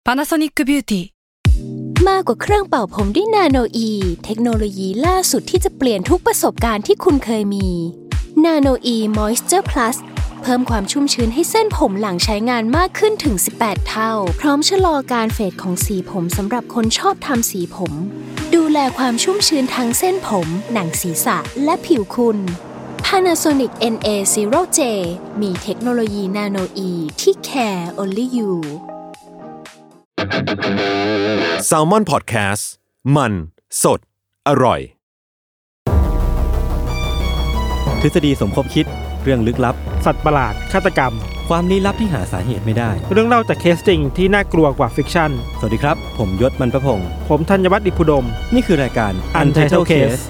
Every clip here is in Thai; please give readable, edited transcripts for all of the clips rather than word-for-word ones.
Panasonic Beauty มากกว่าเครื่องเป่าผมด้วยนาโนอีเทคโนโลยีล่าสุดที่จะเปลี่ยนทุกประสบการณ์ที่คุณเคยมีนาโนอีมอยส์เจอร์พลัสเพิ่มความชุ่มชื้นให้เส้นผมหลังใช้งานมากขึ้นถึง18เท่าพร้อมชะลอการเฟดของสีผมสำหรับคนชอบทำสีผมดูแลความชุ่มชื้นทั้งเส้นผมหนังศีรษะและผิวคุณ Panasonic NA0J มีเทคโนโลยีนาโนอีที่ care only you Salmon Podcast มันสดอร่อยทฤษฎีสมคบคิดเรื่องลึกลับสัตว์ประหลาดฆาตกรรมความลี้ลับที่หาสาเหตุไม่ได้เรื่องเล่าจากเคสจริงที่น่ากลัวกว่าฟิกชั่นสวัสดีครับผมยศมันประพงษ์ผมธัญวัฒน์อิพุดมนี่คือรายการ Untitled Case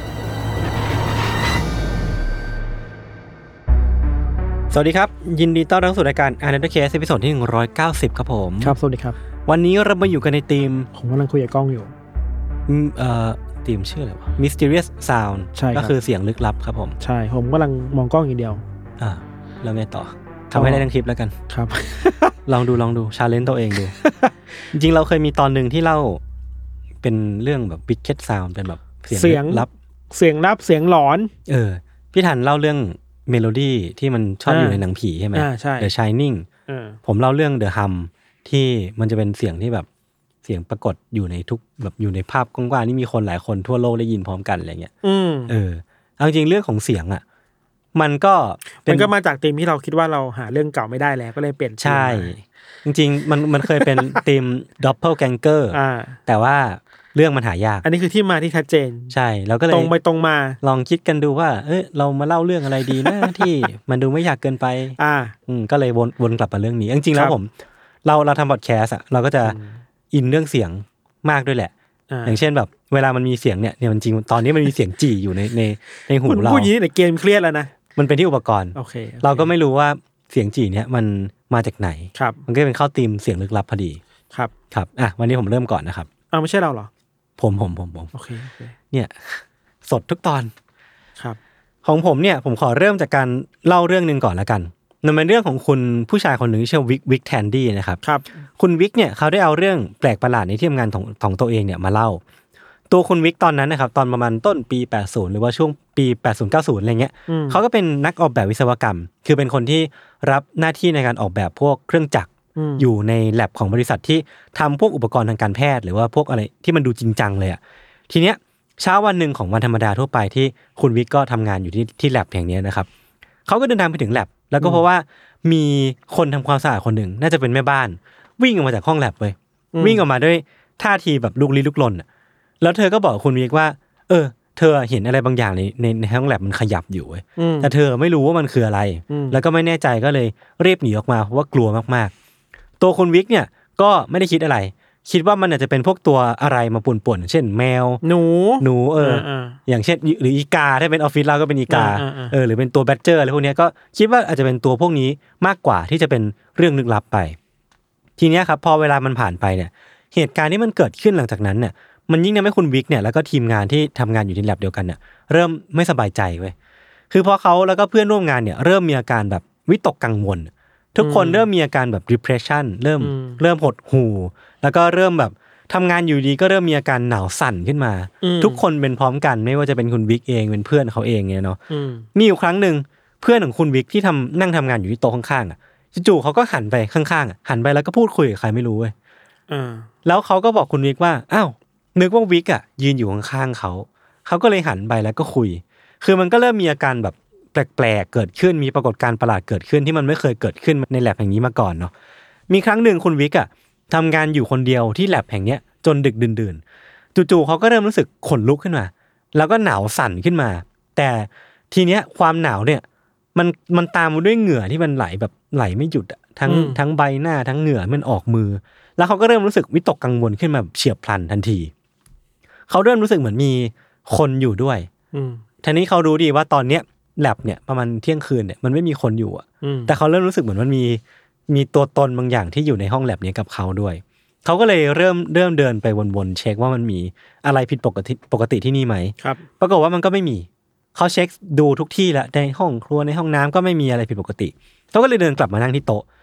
สวัสดีครับยินดีต้อนรับสู่รายการ Untitled Case ตอนที่190ครับผมครับสวัสดีครับวันนี้เรามาอยู่กันในธีมผมกำลังคุยกับกล้องอยู่ธีมชื่ออะไรวะ Mysterious Sound ก็คือเสียงลึกลับครับผมใช่ผมกำลังมองกล้องอย่างเดียวแล้วไงต่อทำให้ได้ทั้งคลิปแล้วกันครับลองดู challenge ตัวเองดู จริงๆเราเคยมีตอนนึงที่เล่าเป็นเรื่องแบบ Wicked Sound เป็นแบบเสียงลับเสียงหลอนพี่ทันเล่าเรื่องเมโลดี้ที่มันชอบอยู่ในหนังผีใช่ไหม The Shining ผมเล่าเรื่อง The Hum ที่มันจะเป็นเสียงที่แบบเสียงปรากฏอยู่ในทุกแบบอยู่ในภาพกว้างๆนี่มีคนหลายคนทั่วโลกได้ยินพร้อมกันอะไรเงี้ยเอาจริงเรื่องของเสียงอ่ะมันก็มาจากธีมที่เราคิดว่าเราหาเรื่องเก่าไม่ได้แล้วก็เลยเปลี่ยนใช่จริงๆมันเคยเป็นธีม Doppelganger แต่ว่าเรื่องมันหายากอันนี้คือที่มาที่ชัดเจนใช่เราก็เลยตรงไปตรงมาลองคิดกันดูว่าเรามาเล่าเรื่องอะไรดีนะ ที่มันดูไม่ยากเกินไปก็เลยวนกลับมาเรื่องนี้จริงๆแล้วผมเราทำพอดแคสต์เราก็จะอินเรื่องเสียงมากด้วยแหละอย่างเช่นแบบเวลามันมีเสียงเนี่ยมันจริงตอนนี้มันมีเสียงจี่อยู่ในหูเราพูดอย่างนี้ในเกมเครียดแล้วนะมันเป็นที่อุปกรณ์เราก็ไม่รู้ว่าเสียงจี่เนี่ยมันมาจากไหนมันก็เป็นเข้าธีมเสียงลึกลับพอดีครับวันนี้ผมเริ่มก่อนนะครับไม่ใช่เราหรอผมโอเคเนี่ยสดทุกตอนครับของผมเนี่ยผมขอเริ่มจากการเล่าเรื่องนึงก่อนละกันนั่นเป็นเรื่องของคุณผู้ชายคนหนึ่งชื่อวิกแทนดี้นะครับคุณวิกเนี่ยเขาได้เอาเรื่องแปลกประหลาดในที่ทำงานของตัวเองเนี่ยมาเล่าตัวคุณวิกตอนนั้นนะครับตอนประมาณต้นปี80หรือว่าช่วงปี80-90อะไรเงี้ยเขาก็เป็นนักออกแบบวิศวกรรมคือเป็นคนที่รับหน้าที่ในการออกแบบพวกเครื่องจักรอยู่ในแลบของบริษัทที่ทำพวกอุปกรณ์ทางการแพทย์หรือว่าพวกอะไรที่มันดูจริงจังเลยอ่ะทีเนี้ยเช้าวันนึงของวันธรรมดาทั่วไปที่คุณวิกก็ทำงานอยู่ที่แลบแห่งนี้นะครับเขาก็เดินทางไปถึงแลบแล้วก็เพราะว่ามีคนทำความสะอาดคนหนึ่งน่าจะเป็นแม่บ้านวิ่งออกมาจากห้องแลบเลยวิ่งออกมาด้วยท่าทีแบบลุกลี้ลุกลนแล้วเธอก็บอกคุณวิกว่าเธอเห็นอะไรบางอย่างในห้องแลบมันขยับอยู่เว้ยแต่เธอไม่รู้ว่ามันคืออะไรแล้วก็ไม่แน่ใจก็เลยรีบหนีออกมาเพราะว่ากลัวมากๆตัวคุณวิกเนี่ยก็ไม่ได้คิดอะไรคิดว่ามันอาจจะเป็นพวกตัวอะไรมาป่วนๆเช่นแมวหนูอย่างเช่นหรืออีกาถ้าเป็นออฟฟิศเราก็เป็นอีกาหรือเป็นตัวแบดเจอร์อะไรพวกนี้ก็คิดว่าอาจจะเป็นตัวพวกนี้มากกว่าที่จะเป็นเรื่องลึกลับไปทีนี้ครับพอเวลามันผ่านไปเนี่ยเหตุการณ์ที่มันเกิดขึ้นหลังจากนั้นเนี่ยมันยิ่งทำให้คุณวิกเนี่ยแล้วก็ทีมงานที่ทำงานอยู่ในแลบเดียวกันเนี่ยเริ่มไม่สบายใจเว้ยคือพอเขาแล้วก็เพื่อนร่วมงานเนี่ยเริ่มมีอาการแบบวิตกกังวลทุกคนเริ่มมีอาการแบบ depression เริ่มหดหู่แล้วก็เริ่มแบบทำงานอยู่ดีก็เริ่มมีอาการหนาวสั่นขึ้นมาทุกคนเป็นพร้อมกันไม่ว่าจะเป็นคุณวิกเองเป็นเพื่อนเขาเองเนี่ยเนาะมีอยู่ครั้งนึงเพื่อนของคุณวิกที่นั่งทำงานอยู่ที่โต๊ะข้างๆจู่ๆเขาก็หันไปข้างๆหันไปแล้วก็พูดคุยกับใครไม่รู้เว้ยแล้วเขาก็บอกคุณวิกว่าอ้าวนึกว่าวิกยืนอยู่ข้างๆเขาก็เลยหันไปแล้วก็คุยคือมันก็เริ่มมีอาการแบบแปลกๆเกิดขึ้นมีปรากฏการณ์ประหลาดเกิดขึ้นที่มันไม่เคยเกิดขึ้นในแลบแห่งนี้มาก่อนเนาะมีครั้งหนึ่งคุณวิกทำงานอยู่คนเดียวที่แลบแห่งเนี้ยจนดึกดื่นจู่ๆเขาก็เริ่มรู้สึกขนลุกขึ้นมาแล้วก็หนาวสั่นขึ้นมาแต่ทีเนี้ยความหนาวเนี่ยมันตามมาด้วยเหงื่อที่มันไหลไม่หยุดทั้งใบหน้าทั้งเหงื่อมันออกมือแล้วเขาก็เริ่มรู้สึกวิตกกังวลขึ้นมาเฉียบพลันทันทีเขาเริ่มรู้สึกเหมือนมีคนอยู่ด้วยทีนี้เขารู้ดีว่าตอนเนี้ยแลบเนี่ยประมาณเที่ยงคืนเนี่ยมันไม่มีคนอยู่แต่เขาเริ่มรู้สึกเหมือนมันมีตัวตนบางอย่างที่อยู่ในห้องแลบนี้กับเขาด้วยเขาก็เลยเริ่มเดินไปวนๆเช็คว่ามันมีอะไรผิดปกติที่นี่ไหมปรากฏว่ามันก็ไม่มีเขาเช็คดูทุกที่แล้วในห้องครัวในห้องน้ำก็ไม่มีอะไรผิดปกติเขาก็เลยเดินกลับมานั่งที่โต๊ะ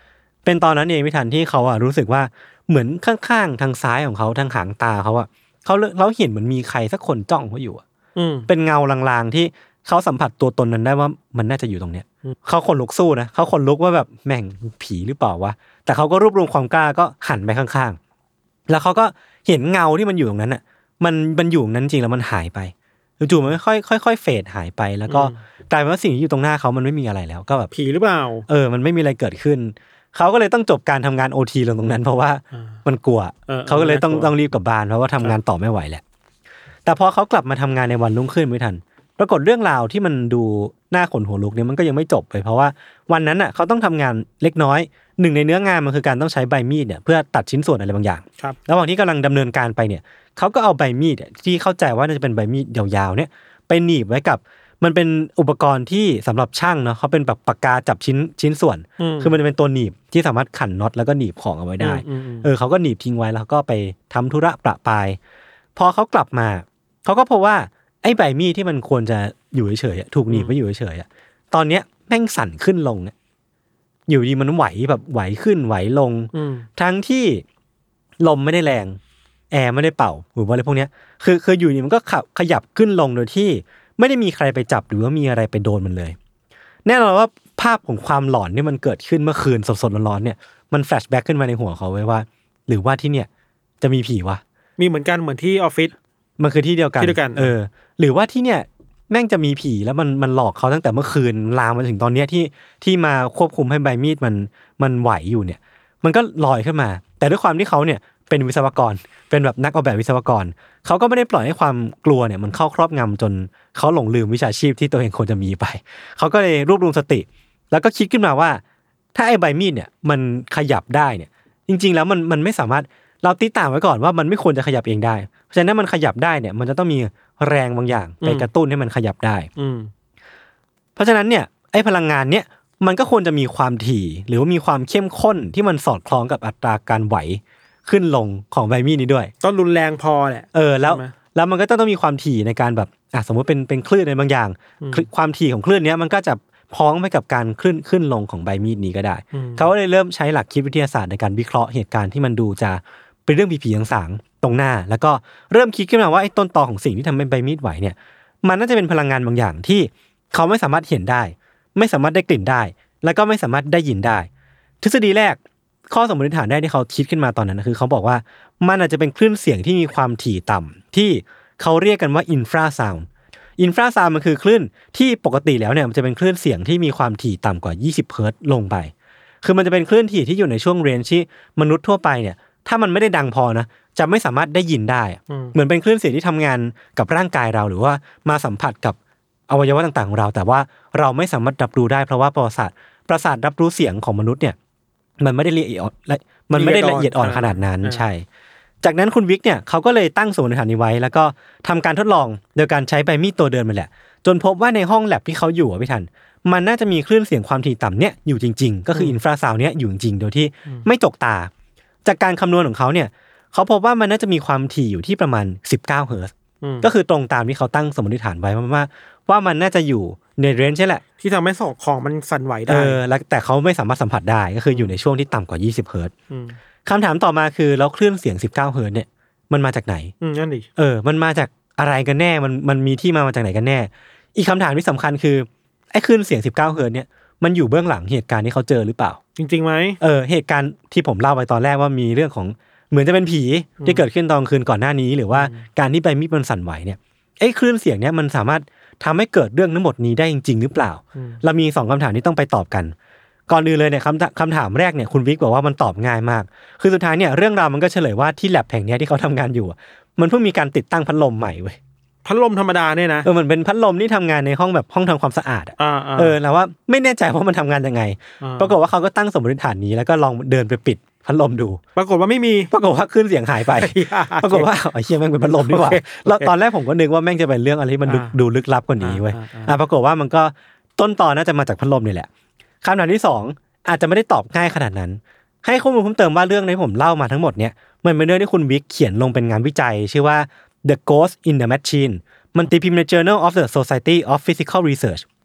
เป็นตอนนั้นเองพี่ทันที่เขารู้สึกว่าเหมือนข้างๆทางซ้ายของเขาทางหางตาเขาเห็นเหมือนมีใครสักคนจ้องเขาอยู่เป็นเงาลางๆที่เขาสัมผัสตัวตนนั้นได้ว่ามันน่าจะอยู่ตรงเนี้ยเขาขนลุกสู้นะเขาขนลุกว่าแบบแม่งผีหรือเปล่าวะแต่เขาก็รวบรวมความกล้าก็หันไปข้างๆแล้วเขาก็เห็นเงาที่มันอยู่ตรงนั้นน่ะมันอยู่ตรงนั้นจริงแล้วมันหายไปจู่ๆมันค่อยเฟดหายไปแล้วก็กลายเป็นว่าสิ่งที่อยู่ตรงหน้าเขามันไม่มีอะไรแล้วก็แบบผีหรือเปล่ามันไม่มีอะไรเกิดขึ้นเขาก็เลยต้องจบการทำงาน OT ลงตรงนั้นเพราะว่ามันกลัวเขาก็เลยต้องรีบกลับบ้านเพราะว่าทำงานต่อไม่ไหวแหละแต่พอเขากลับมาทำงานในวันรุ่งขึ้นไม่ทันปรากฏเรื่องราวที่มันดูน่าขนหัวลุกเนี่ยมันก็ยังไม่จบเลยเพราะว่าวันนั้นน่ะเขาต้องทำงานเล็กน้อยหนึ่งในเนื้องานมันคือการต้องใช้ใบมีดเนี่ยเพื่อตัดชิ้นส่วนอะไรบางอย่างระหว่างที่กำลังดำเนินการไปเนี่ยเขาก็เอาใบมีดที่เข้าใจว่าน่าจะเป็นใบมีดยาวๆเนี่ยไปหนีบไว้กับมันเป็นอุปกรณ์ที่สำหรับช่างเนาะเขาเป็นแบบปากกาจับชิ้นส่วนคือมันจะเป็นตัวหนีบที่สามารถขันน็อตแล้วก็หนีบของเอาไว้ได้เขาก็หนีบทิ้งไว้แล้วก็ไปทำธุระประปายพอเขากลับมาเขาก็พบว่าไอ้ใบมีดที่มันควรจะอยู่เฉยๆถูกหนีบไว้อยู่เฉยๆตอนเนี้ยแม่งสั่นขึ้นลงเนี่ยอยู่ดีมันไหวแบบไหวขึ้นไหวลงทั้งที่ลมไม่ได้แรงแอร์ไม่ได้เป่าหรือว่าอะไรพวกเนี้ยคืออยู่ดีมันก็ขยับขึ้นลงโดยที่ไม่ได้มีใครไปจับหรือว่ามีอะไรไปโดนมันเลยแน่นอนว่าภาพของความหลอนที่มันเกิดขึ้นเมื่อคืนสดๆร้อนๆเนี่ยมันแฟลชแบ็กขึ้นมาในหัวเขาไว้ว่าหรือว่าที่เนี่ยจะมีผีวะมีเหมือนกันเหมือนที่ออฟฟิศมันคือที่เดียวกันหรือว่าที่เนี่ยแม่งจะมีผีแล้วมันหลอกเขาตั้งแต่เมื่อคืนลามมาถึงตอนเนี้ยที่มาควบคุมให้ใบมีดมันไหวอยู่เนี่ยมันก็ลอยขึ้นมาแต่ด้วยความที่เขาเนี่ยเป็นวิศวกรเป็นแบบนักออกแบบวิศวกรเขาก็ไม่ได้ปล่อยให้ความกลัวเนี่ยมันเข้าครอบงำจนเขาหลงลืมวิชาชีพที่ตัวเองควรจะมีไปเขาก็เลยรวบรวมสติแล้วก็คิดขึ้นมาว่าถ้าไอ้ใบมีดเนี่ยมันขยับได้เนี่ยจริงๆแล้วมันไม่สามารถเราตีต่างไว้ก่อนว่ามันไม่ควรจะขยับเองได้เพราะฉะนั้นมันขยับได้เนี่ยมันจะต้องมีแรงบางอย่างไปกระตุ้นให้มันขยับได้เพราะฉะนั้นเนี่ยไอ้พลังงานเนี่ยมันก็ควรจะมีความถี่หรือว่ามีความเข้มข้นที่มันสอดคล้องกับอัตราการไหวขึ้นลงของใบมีดนี้ด้วยต้องรุนแรงพอแหละแล้วมันก็ต้องมีความถี่ในการแบบสมมติเป็นคลื่นอะไรบางอย่างความถี่ของคลื่นนี้มันก็จะพ้องไปกับการขึ้นลงของใบมีดนี้ก็ได้เขาก็เลยเริ่มใช้หลักคิดวิทยาศาสตร์ในการวิเคราะห์เหตุการณ์ที่มันดูจะเป็นเรื่องผีๆสางๆตรงหน้าแล้วก็เริ่มคิดขึ้นมาว่าไอ้ต้นตอของสิ่งที่ทำให้ใบมีดไหวเนี่ยมันน่าจะเป็นพลังงานบางอย่างที่เขาไม่สามารถเห็นได้ไม่สามารถได้กลิ่นได้แล้วก็ไม่สามารถได้ยินได้ทฤษฎีแรกข้อสมมติฐานแรกที่เขาคิดขึ้นมาตอนนั้นคือเขาบอกว่ามันอาจจะเป็นคลื่นเสียงที่มีความถี่ต่ำที่เขาเรียกกันว่าอินฟราซาวด์มันคือคลื่นที่ปกติแล้วเนี่ยมันจะเป็นคลื่นเสียงที่มีความถี่ต่ำกว่า20เฮิร์ตซ์ลงไปคือมันจะเป็นคลื่นถี่ที่อยู่ในช่วงเรนจ์ที่มนุษย์ทั่วไปเนี่ยถ้ามันไม่ได้ดังพอนะจะไม่สามารถได้ยินได้เหมือนเป็นคลื่นเสียงที่ทำงานกับร่างกายเราหรือว่ามาสัมผัสกับอวัยวะต่างๆของเราแต่ว่าเราไม่สามารถรับรู้ได้เพราะว่าประสาทรับรู้เสียงของมนุษย์เนี่ยมันไม่ได้ละเอียดอ่อนขนาดนั้นใช่จากนั้นคุณวิกเนี่ยเขาก็เลยตั้งสมมติฐานนี้ไว้แล้วก็ทำการทดลองโดยการใช้ใบมีดตัวเดิมมาแหละจนพบว่าในห้องแลบที่เขาอยู่พี่ทันมันน่าจะมีคลื่นเสียงความถี่ต่ำเนี่ยอยู่จริงๆก็คืออินฟราซาวด์เนี่ยอยู่จริงๆโดยที่ไม่จกตาจากการคำนวณของเขาเนี่ยเขาพบว่ามันน่าจะมีความถี่อยู่ที่ประมาณ19เฮิร์ตซ์ก็คือตรงตามที่เขาตั้งสมมติฐานไว้ว่ามันน่าจะอยู่ในเรนจ์ใช่แหละที่ทำให้ของมันสั่นไหวได้แล้วแต่เขาไม่สามารถสัมผัสได้ก็คืออยู่ในช่วงที่ต่ำกว่า20เฮิร์ตซ์คำถามต่อมาคือแล้วคลื่นเสียง19เฮิร์ตซ์เนี่ยมันมาจากไหนนั่นดิมันมาจากอะไรกันแน่มันมีที่มาจากไหนกันแน่อีกคำถามที่สำคัญคือไอ้คลื่นเสียง19เฮิร์ตซ์เนี่ยมันอยู่เบื้องหลังเหตุการณ์ที่เขาเจอหรือเปล่าจริงๆไหมเหตุการณ์ที่ผมเล่าไปตอนแรกว่ามีเรื่องของเหมือนจะเป็นผีที่เกิดขึ้นตอนคืนก่อนหน้านี้หรือว่าการที่ใบมีดมันสั่นไหวเนี่ยไอ้คลื่นเสียงเนี่ยมันสามารถทำให้เกิดเรื่องทั้งหมดนี้ได้จริงๆหรือเปล่าเรามี2คำถามที่ต้องไปตอบกันก่อนอื่นเลยเนี่ยคำถามแรกเนี่ยคุณวิกบอกว่ามันตอบง่ายมากคือสุดท้ายเนี่ยเรื่องราวมันก็เฉลยว่าที่แลบแห่งนี้ที่เขาทำงานอยู่มันเพิ่งมีการติดตั้งพัดลมใหม่เว้ยพัดลมธรรมดาเนี่ยนะมันเป็นพัดลมที่ทำงานในห้องแบบห้องทำความสะอาดแล้วว่าไม่แน่ใจว่ามันทำงานยังไงปรากฏว่าเขาก็ตั้งสมมติฐานนี้แล้วก็ลองเดินไปปิดพัดลมดูปรากฏว่าไม่มีปรากฏว่าคลื่นเสียงหายไปปรากฏว่าไอ้เหี้ยแม่งเป็นพัดลมดีกว่าแล้วตอนแรกผมก็นึกว่าแม่งจะเป็นเรื่องอะไรที่มันดูลึกลับกว่านี้เว้ยปรากฏว่ามันก็ต้นตอน่าจะมาจากพัดลมนี่แหละคำถามที่2อาจจะไม่ได้ตอบง่ายขนาดนั้นให้ข้อมูลเพิ่มเติมว่าเรื่องที่ผมเล่ามาทั้งหมดเนี่ยมันเป็นเรื่องที่คุณวิกเขียนลงเป็นงานวิจัยชื่อว่า The Ghost in the Machine มันตีพิมพ์ใน Journal of the Society of Physical Research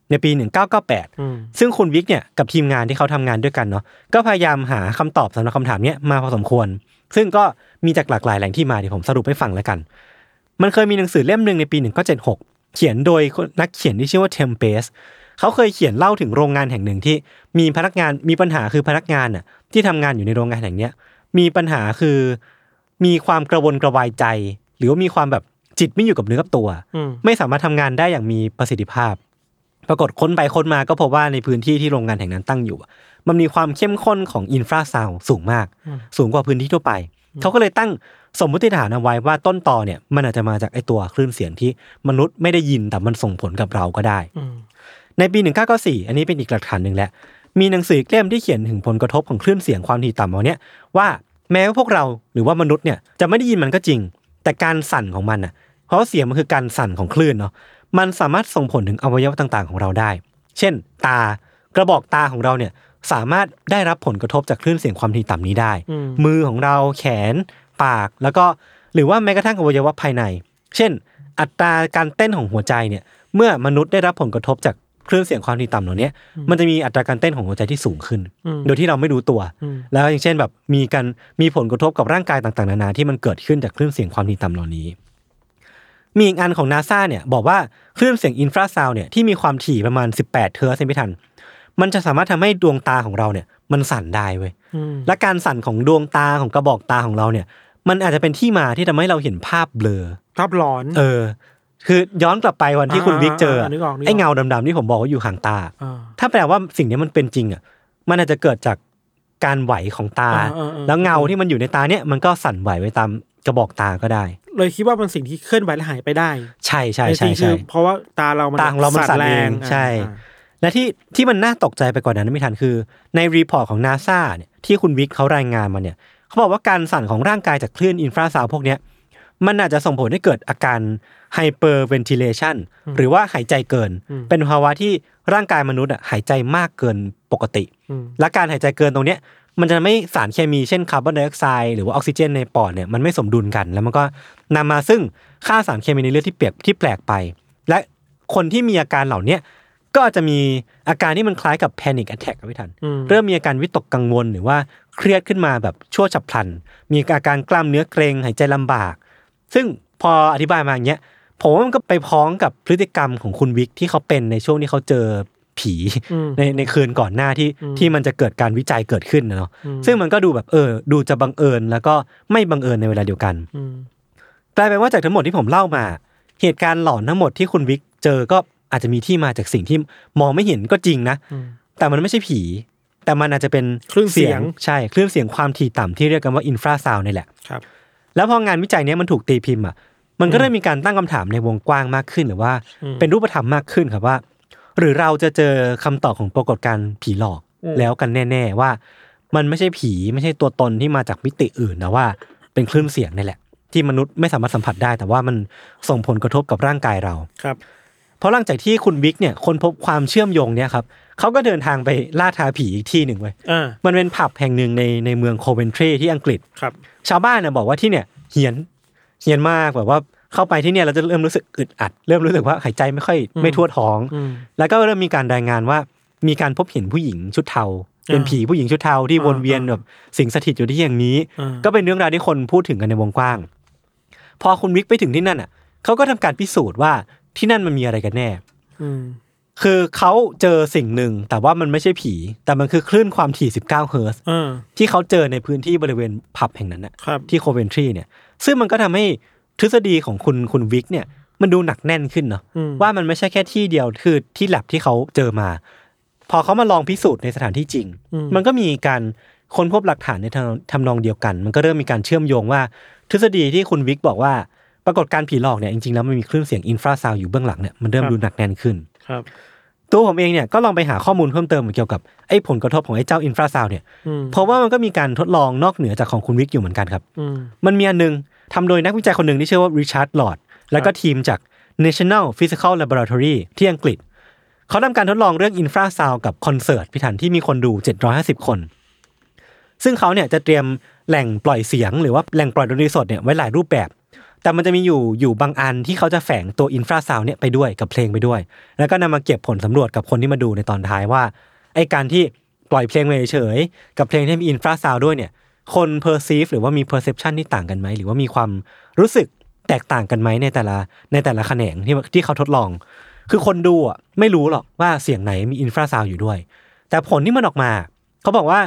ในปี1998ซึ่งคุณวิกเนี่ยกับทีมงานที่เขาทำงานด้วยกันเนาะก็พยายามหาคำตอบสำหรับคำถามนี้มาพอสมควรซึ่งก็มีจากหลากหลายแหล่งที่มาเดี๋ยวผมสรุปให้ฟังแล้วกันมันเคยมีหนังสือเล่มนึงในปี1976เขียนโดยนักเขียนที่ชื่อว่าเทมเปสเขาเคยเขียนเล่าถึงโรงงานแห่งหนึ่งที่มีพนักงานมีปัญหาคือพนักงานน่ะที่ทำงานอยู่ในโรงงานแห่งนี้มีปัญหาคือมีความกระวนกระวายใจหรือว่ามีความแบบจิตไม่อยู่กับเนื้อกับตัวไม่สามารถทำงานได้อย่างมีประสิทธิภาพปรากฏค้นไปค้นมาก็พบว่าในพื้นที่ที่โรงงานแห่งนั้นตั้งอยู่มันมีความเข้มข้นของอินฟราซาวด์สูงมากสูงกว่าพื้นที่ทั่วไปเขาก็เลยตั้งสมมติฐานเอาไว้ว่าต้นตอเนี่ยมันอาจจะมาจากไอตัวคลื่นเสียงที่มนุษย์ไม่ได้ยินแต่มันส่งผลกับเราก็ได้ในปี1994อันนี้เป็นอีกหลักฐานนึงแหละมีหนังสือเล่มที่เขียนถึงผลกระทบของคลื่นเสียงความถี่ต่ำเอาเนี่ยว่าแม้ว่าพวกเราหรือว่ามนุษย์เนี่ยจะไม่ได้ยินมันก็จริงแต่การสั่นของมันน่ะเพราะเสียงมันคือการสั่นของคลื่นเนาะมันสามารถส่งผลถึงอวัยวะต่างๆของเราได้เช่นตากระบอกตาของเราเนี่ยสามารถได้รับผลกระทบจากคลื่นเสียงความถี่ต่ำนี้ได้มือของเราแขนปากแล้วก็หรือว่าแม้กระทั่งอวัยวะภายในเช่นอัตราการเต้นของหัวใจเนี่ยเมื่อมนุษย์ได้รับผลกระทบจากคลื่นเสียงความถี่ต่ำเหล่านี้มันจะมีอัตราการเต้นของหัวใจที่สูงขึ้นโดยที่เราไม่รู้ตัวแล้วอย่างเช่นแบบมีผลกระทบกับร่างกายต่างๆนานาที่มันเกิดขึ้นจากคลื่นเสียงความถี่ต่ำเหล่านี้มีอีกอันของ NASA เนี่ยบอกว่าคลื่นเสียงอินฟราซาวด์เนี่ยที่มีความถี่ประมาณ18เฮิร์ตซ์ไม่ทันมันจะสามารถทำให้ดวงตาของเราเนี่ยมันสั่นได้เว้ยและการสั่นของดวงตาของกระบอกตาของเราเนี่ยมันอาจจะเป็นที่มาที่ทำให้เราเห็นภาพเบลอภาพหลอนคือย้อนกลับไปวันที่คุณวิกเจอไอ้เงาดำๆที่ผมบอกว่าอยู่ห่างตาถ้าแปลว่าสิ่งนี้มันเป็นจริงอ่ะมันอาจจะเกิดจากการไหวของตาแล้วเงาที่มันอยู่ในตาเนี่ยมันก็สั่นไหวไปตามกระบอกตาก็ได้เลยคิดว่าเป็นสิ่งที่เคลื่อนไหวและหายไปได้ใช่ๆๆเพราะว่าตาเรามันสั่นแรงใช่และที่มันน่าตกใจไปกว่านั้นไม่ทันคือในรีพอร์ตของ NASA เนี่ยที่คุณวิกเขารายงานมาเนี่ยเขาบอกว่าการสั่นของร่างกายจากคลื่นอินฟราซาวด์พวกเนี้ยมันอาจจะส่งผลให้เกิดอาการไฮเปอร์เวนทิเลชันหรือว่าหายใจเกินเป็นภาวะที่ร่างกายมนุษย์หายใจมากเกินปกติและการหายใจเกินตรงเนี้ยมันจะไม่สารเคมีเช่นคาร์บอนไดออกไซด์หรือว่าออกซิเจนในปอดเนี่ยมันไม่สมดุลกันแล้วมันก็นำมาซึ่งค่าสารเคมีในเลือดที่แปลกไปและคนที่มีอาการเหล่านี้ก็จะมีอาการที่มันคล้ายกับ panic attack ครับพี่ทันเริ่มมีอาการวิตกกังวลหรือว่าเครียดขึ้นมาแบบชั่วฉับพลันมีอาการกล้ามเนื้อเกร็งหายใจลำบากซึ่งพออธิบายมาอย่างเงี้ยผมว่ามันก็ไปพ้องกับพฤติกรรมของคุณวิกที่เขาเป็นในช่วงที่เขาเจอผีในคืนก่อนหน้าที่มันจะเกิดการวิจัยเกิดขึ้นนะเนาะซึ่งมันก็ดูแบบดูจะบังเอิญแล้วก็ไม่บังเอิญในเวลาเดียวกันกลายเป็นว่าจากทั้งหมดที่ผมเล่ามาเหตุการณ์หลอนทั้งหมดที่คุณวิกเจอก็อาจจะมีที่มาจากสิ่งที่มองไม่เห็นก็จริงนะแต่มันไม่ใช่ผีแต่มันอาจจะเป็นคลื่นเสียงใช่คลื่นเสียงความถี่ต่ำที่เรียกกันว่าอินฟราซาวด์นี่แหละครับแล้วพองานวิจัยนี้มันถูกตีพิมพ์มันก็เริ่มมีการตั้งคำถามในวงกว้างมากขึ้นหรือว่าเป็นรูปธรรมมากขึ้นครับว่าหรือเราจะเจอคำตอบของปรากฏการณ์ผีหลอกแล้วกันแน่ๆว่ามันไม่ใช่ผีไม่ใช่ตัวตนที่มาจากมิติอื่นนะว่าเป็นคลื่นเสียงนี่แหละที่มนุษย์ไม่สามารถสัมผัสได้แต่ว่ามันส่งผลกระทบกับร่างกายเราครับเพราะหลังจากที่คุณวิกเนี่ยค้นพบความเชื่อมโยงเนี่ยครับเขาก็เดินทางไปล่าท้าผีอีกที่หนึ่งเว้ยมันเป็นผับแห่งหนึ่งในเมืองโคเวนทรีที่อังกฤษครับชาวบ้านบอกว่าที่เนี่ยเฮี้ยนมากแบบว่าเข้าไปที่เนี่ยเราจะเริ่มรู้สึกอึดอัดเริ่มรู้สึกว่าหายใจไม่ทั่วท้องแล้วก็เริ่มมีการรายงานว่ามีการพบเห็นผู้หญิงชุดเทาเป็นผีผู้หญิงชุดเทาที่วนเวียนแบบสิงสถิตอยู่ที่อย่างนี้ก็เป็นเรื่องราวที่คนพูดถึงกันในวงกว้างพอคุณวิกไปถึงที่นั่นเขาก็ทำการพิสูจน์ว่าที่นั่นมันมีอะไรกันแน่คือเขาเจอสิ่งหนึ่งแต่ว่ามันไม่ใช่ผีแต่มันคือคลื่นความถี่19เฮิร์ตซ์ที่เขาเจอในพื้นที่บริเวณผับแห่งนั้นที่โคเวนทรีเนี่ยซึ่งมันก็ทำให้ทฤษฎีของคุณวิกเนี่ยมันดูหนักแน่นขึ้นเนาะว่ามันไม่ใช่แค่ที่เดียวคือที่แลบที่เขาเจอมาพอเขามาลองพิสูจน์ในสถานที่จริงมันก็มีการค้นพบหลักฐานในทำนองเดียวกันมันก็เริ่มมีการเชื่อมโยงว่าทฤษฎีที่คุณวิกบอกว่าปรากฏการณ์ผีหลอกเนี่ยจริงๆแล้วมันมีคลื่นเสียงอินฟราซาวด์อยู่เบื้องหลังเนี่ยมันเริ่มดูหนักแน่นขึ้นตัวผมเองเนี่ยก็ลองไปหาข้อมูลเพิ่มเติมเกี่ยวกับไอ้ผลกระทบของไอ้เจ้าอินฟราซาวด์เนี่ยเพราะว่ามันก็มีการทดลองนอกเหนือจากของคุณวิกอยู่เหมือนกันครับมันมีอันนึงทำโดยนักวิจัยคนหนึ่งที่ชื่อว่าริชาร์ดลอร์ดแล้วก็ทีมจาก National Physical Laboratory ที่อังกฤษเขาทำการทดลองเรื่องอินฟราซาวด์กับคอนเสิร์ตพิถันที่มีคนดู750คนซึ่งเขาเนี่ยจะเตรียมแหล่งปล่อยเสียงหรือว่าแหล่งปล่อยดนตรีสดเนี่ยไว้หลายรูปแบบแต่มันจะมีอยู่บางอันที่เขาจะแฝงตัวอินฟราซาวด์เนี่ยไปด้วยกับเพลงไปด้วยแล้วก็นำมาเก็บผลสำรวจกับคนที่มาดูในตอนท้ายว่าไอ้การที่ปล่อยเพลงเฉยๆกับเพลงที่มีอินฟราซาวด์ด้วยเนี่ยคนเพอร์ซีฟหรือว่ามีเพอร์เซพชันที่ต่างกันไหมหรือว่ามีความรู้สึกแตกต่างกันไหมในแต่ละแขนงที่เขาทดลองคือคนดูอ่ะไม่รู้หรอกว่าเสียงไหนมีอินฟราซาวด์อยู่ด้วยแต่ผลที่มันออกมาเขาบอกว่า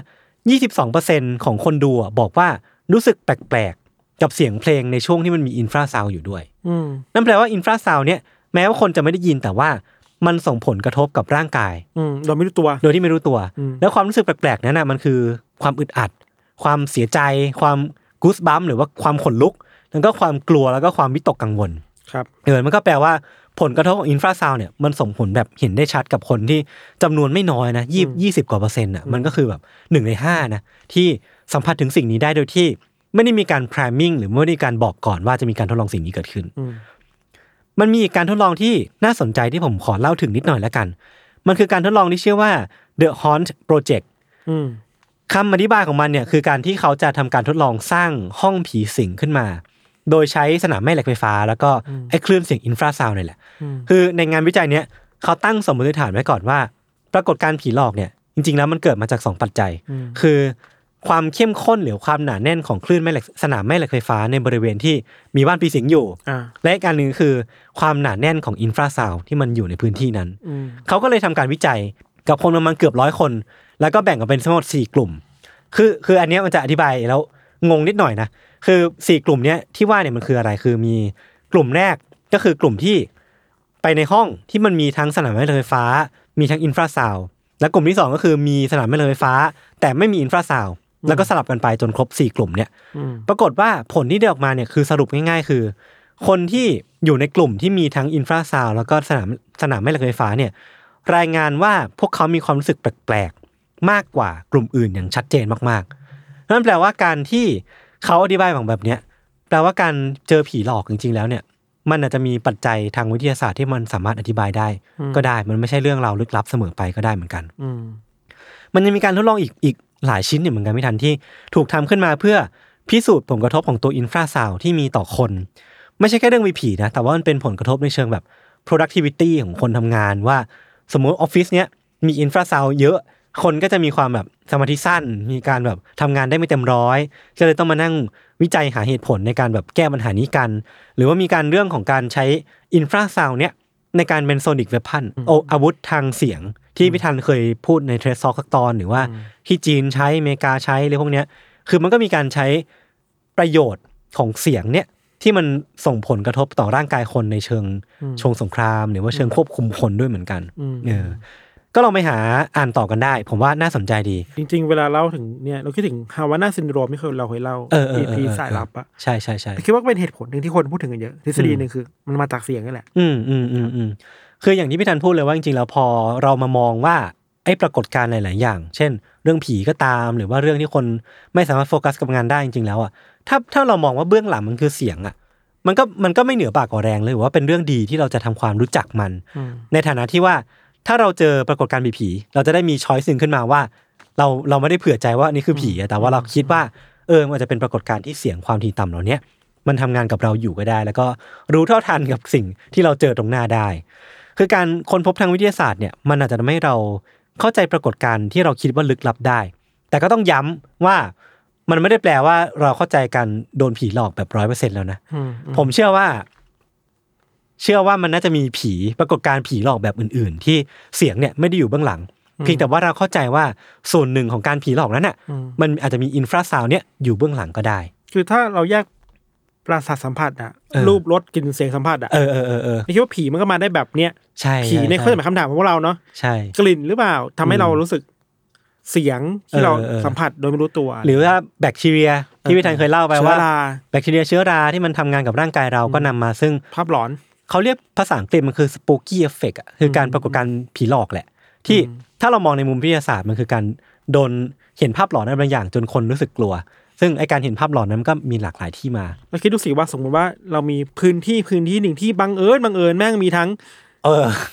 22% ของคนดูอ่ะบอกว่ารู้สึกแปลกๆกับเสียงเพลงในช่วงที่มันมีอินฟราซาวด์อยู่ด้วยนั่นแปลว่าอินฟราซาวด์เนี่ยแม้ว่าคนจะไม่ได้ยินแต่ว่ามันส่งผลกระทบกับร่างกายโดยไม่รู้ตัวโดยที่ไม่รู้ตัวแล้วความรู้สึกแปลกๆนั้นน่ะมันคือความอึดอัดความเสียใจความกู๊สบัมป์หรือว่าความขนลุกแล้วก็ความกลัวแล้วก็ความวิตกกังวลครับมันก็แปลว่าผลกระทบของอินฟราซาวด์เนี่ยมันส่งผลแบบเห็นได้ชัดกับคนที่จำนวนไม่น้อยนะ20 กว่า%น่ะมันก็คือแบบ1 ใน 5นะที่สัมผัสถึงสิ่งนี้ได้โดยที่ไม่ได้มีการไพรมิ่งหรือไม่ได้มีการบอกก่อนว่าจะมีการทดลองสิ่งนี้เกิดขึ้นมันมีการทดลองที่น่าสนใจที่ผมขอเล่าถึงนิดหน่อยแล้วกันมันคือการทดลองที่ชื่อว่า The Haunt Project คำอธิบายของมันเนี่ยคือการที่เขาจะทำการทดลองสร้างห้องผีสิงขึ้นมาโดยใช้สนามแม่เหล็กไฟฟ้าแล้วก็ไอ้คลื่นเสียงอินฟราซาวด์นี่แหละคือในงานวิจัยเนี้ยเขาตั้งสมมติฐานไว้ก่อนว่าปรากฏการณ์ผีหลอกเนี่ยจริงๆแล้วมันเกิดมาจาก2ปัจจัยคือความเข้มข้นหรือความหนาแน่นของคลื่นแม่เหล็กสนามแม่เหล็กไฟฟ้าในบริเวณที่มีบ้านผีสิงอยู่และอีกอันนึงคือความหนาแน่นของอินฟราซาวด์ที่มันอยู่ในพื้นที่นั้นเขาก็เลยทำการวิจัยกับคนประมาณเกือบ100 คนแล้วก็แบ่งออกเป็นทั้งหมด4 กลุ่มคืออันเนี้ยมันจะอธิบายแล้วงงนิดหน่อยนะคือ4 กลุ่มเนี้ยที่ว่าเนี่ยมันคืออะไรคือมีกลุ่มแรกก็คือกลุ่มที่ไปในห้องที่มันมีทั้งสนามแม่เหล็กไฟฟ้ามีทั้งอินฟราซาวด์และกลุ่มที่2ก็คือมีสนามแม่เหล็กไฟฟ้าแต่ไม่มีอินฟราซาวด์แล้วก็สลับกันไปจนครบ4 กลุ่มเนี่ยปรากฏว่าผลที่ได้ออกมาเนี่ยคือสรุปง่ายๆคือคนที่อยู่ในกลุ่มที่มีทั้งอินฟราซาวด์แล้วก็สนามแม่เหล็กไฟฟ้าเนี่ยรายงานว่าพวกเขามีความรู้สึกแปลกๆมากกว่ากลุ่มอื่นอย่างชัดเจนมากๆนั่นแปลว่าการที่เขาอธิบายแบบเนี้ยแปลว่าการเจอผีหลอกจริงๆแล้วเนี่ยมันอาจจะมีปัจจัยทางวิทยาศาสตร์ที่มันสามารถอธิบายได้ก็ได้มันไม่ใช่เรื่องราวลึกลับเสมอไปก็ได้เหมือนกันมันยังมีการทดลองอีกหลายชิ้นเนี่ยเหมือนกันไม่ทันที่ถูกทำขึ้นมาเพื่อพิสูจน์ผลกระทบของตัวอินฟราซาวด์ที่มีต่อคนไม่ใช่แค่เรื่องมีผีนะแต่ว่ามันเป็นผลกระทบในเชิงแบบ productivity ของคนทำงานว่าสมมติออฟฟิศเนี้ยมีอินฟราซาวด์เยอะคนก็จะมีความแบบสมาธิสั้นมีการแบบทำงานได้ไม่เต็มร้อยก็เลยต้องมานั่งวิจัยหาเหตุผลในการแบบแก้ปัญหานี้กันหรือว่ามีการเรื่องของการใช้อินฟราซาวด์เนี้ยในการเป็นโซนิกเวพันอาวุธทางเสียงที่พี่ธันเคยพูดในเทรซซอกตอนหรือว่าที่จีนใช้อเมริกาใช้อะไรพวกเนี้ยคือมันก็มีการใช้ประโยชน์ของเสียงเนี้ยที่มันส่งผลกระทบต่อร่างกายคนในเชิงสงครามหรือว่าเชิงควบคุมคนด้วยเหมือนกันก็ลองไปหาอ่านต่อกันได้ผมว่าน่าสนใจดีจริงๆเวลาเล่าถึงเนี่ยเราคิดถึงฮาวาน่าซินโดรมที่เราเคยเล่าพีสายลับอะใช่ๆๆคิดว่าเป็นเหตุผลนึงที่คนพูดถึงกันเยอะทฤษฎีนึงคือมันมาจากเสียงนี่แหละคืออย่างที่พี่ธันพูดเลยว่าจริงๆแล้วพอเรามามองว่าไอ้ปรากฏการณ์หลายๆอย่างเช่นเรื่องผีก็ตามหรือว่าเรื่องที่คนไม่สามารถโฟกัสกับงานได้จริงๆแล้วอ่ะถ้าเรามองว่าเบื้องหลังมันคือเสียงอ่ะมันก็ไม่เหนือปากกว่าแรงเลยว่าเป็นเรื่องดีที่เราจะทำความรู้จักมันในฐานะที่ว่าถ้าเราเจอปรากฏการณ์ผีเราจะได้มีช้อยส์นึงขึ้นมาว่าเราไม่ได้เผื่อใจว่านี่คือผีแต่ว่าเราคิดว่ามันจะเป็นปรากฏการณ์ที่เสียงความถี่ต่ำเหล่านี้มันทำงานกับเราอยู่ก็ได้แล้วก็รู้เท่าทันกับสิ่งที่เราเจอตรงหน้าได้คือการค้นพบทางวิทยาศาสตร์เนี่ยมันอาจจะทำให้เราเข้าใจปรากฏการณ์ที่เราคิดว่าลึกลับได้แต่ก็ต้องย้ำว่ามันไม่ได้แปลว่าเราเข้าใจการโดนผีหลอกแบบ 100% แล้วนะผมเชื่อว่ามันน่าจะมีผีปรากฏการณ์ผีหลอกแบบอื่นๆที่เสียงเนี่ยไม่ได้อยู่เบื้องหลังเพียงแต่ว่าเราเข้าใจว่าส่วนหนึ่งของการผีหลอกนั้นน่ะมันอาจจะมีอินฟราซาวด์เนี่ยอยู่เบื้องหลังก็ได้คือถ้าเราแยกประสาทสัมผัสอะรูปรสกลิ่นเสียงสัมผัสอะไม่คิดว่าผีมันก็มาได้แบบเนี้ยผีในข้อคำถามของพวกเราเนาะกลิ่นหรือเปล่าทำให้เรารู้สึกเสียงที่เราสัมผัสโดยไม่รู้ตัวหรือว่าแบคทีเรียที่พี่ธันเคยเล่าไปว่าแบคทีเรียเชื้อราที่มันทำงานกับร่างกายเราก็นำมาซึ่งภาพหลอนเขาเรียกภาษาอังกฤษมันคือ spooky effect อ่ะคือการปรากฏการณ์ผีหลอกแหละที่ถ้าเรามองในมุมวิทยาศาสตร์มันคือการโดนเห็นภาพหลอนอะไรบางอย่างจนคนรู้สึกกลัวซึ่งไอการเห็นภาพหลอนนั้นก็มีหลากหลายที่มาเราคิดดูสิว่าสมมติว่าเรามีพื้นที่หนึ่งที่บังเอิญแม่งมีทั้ง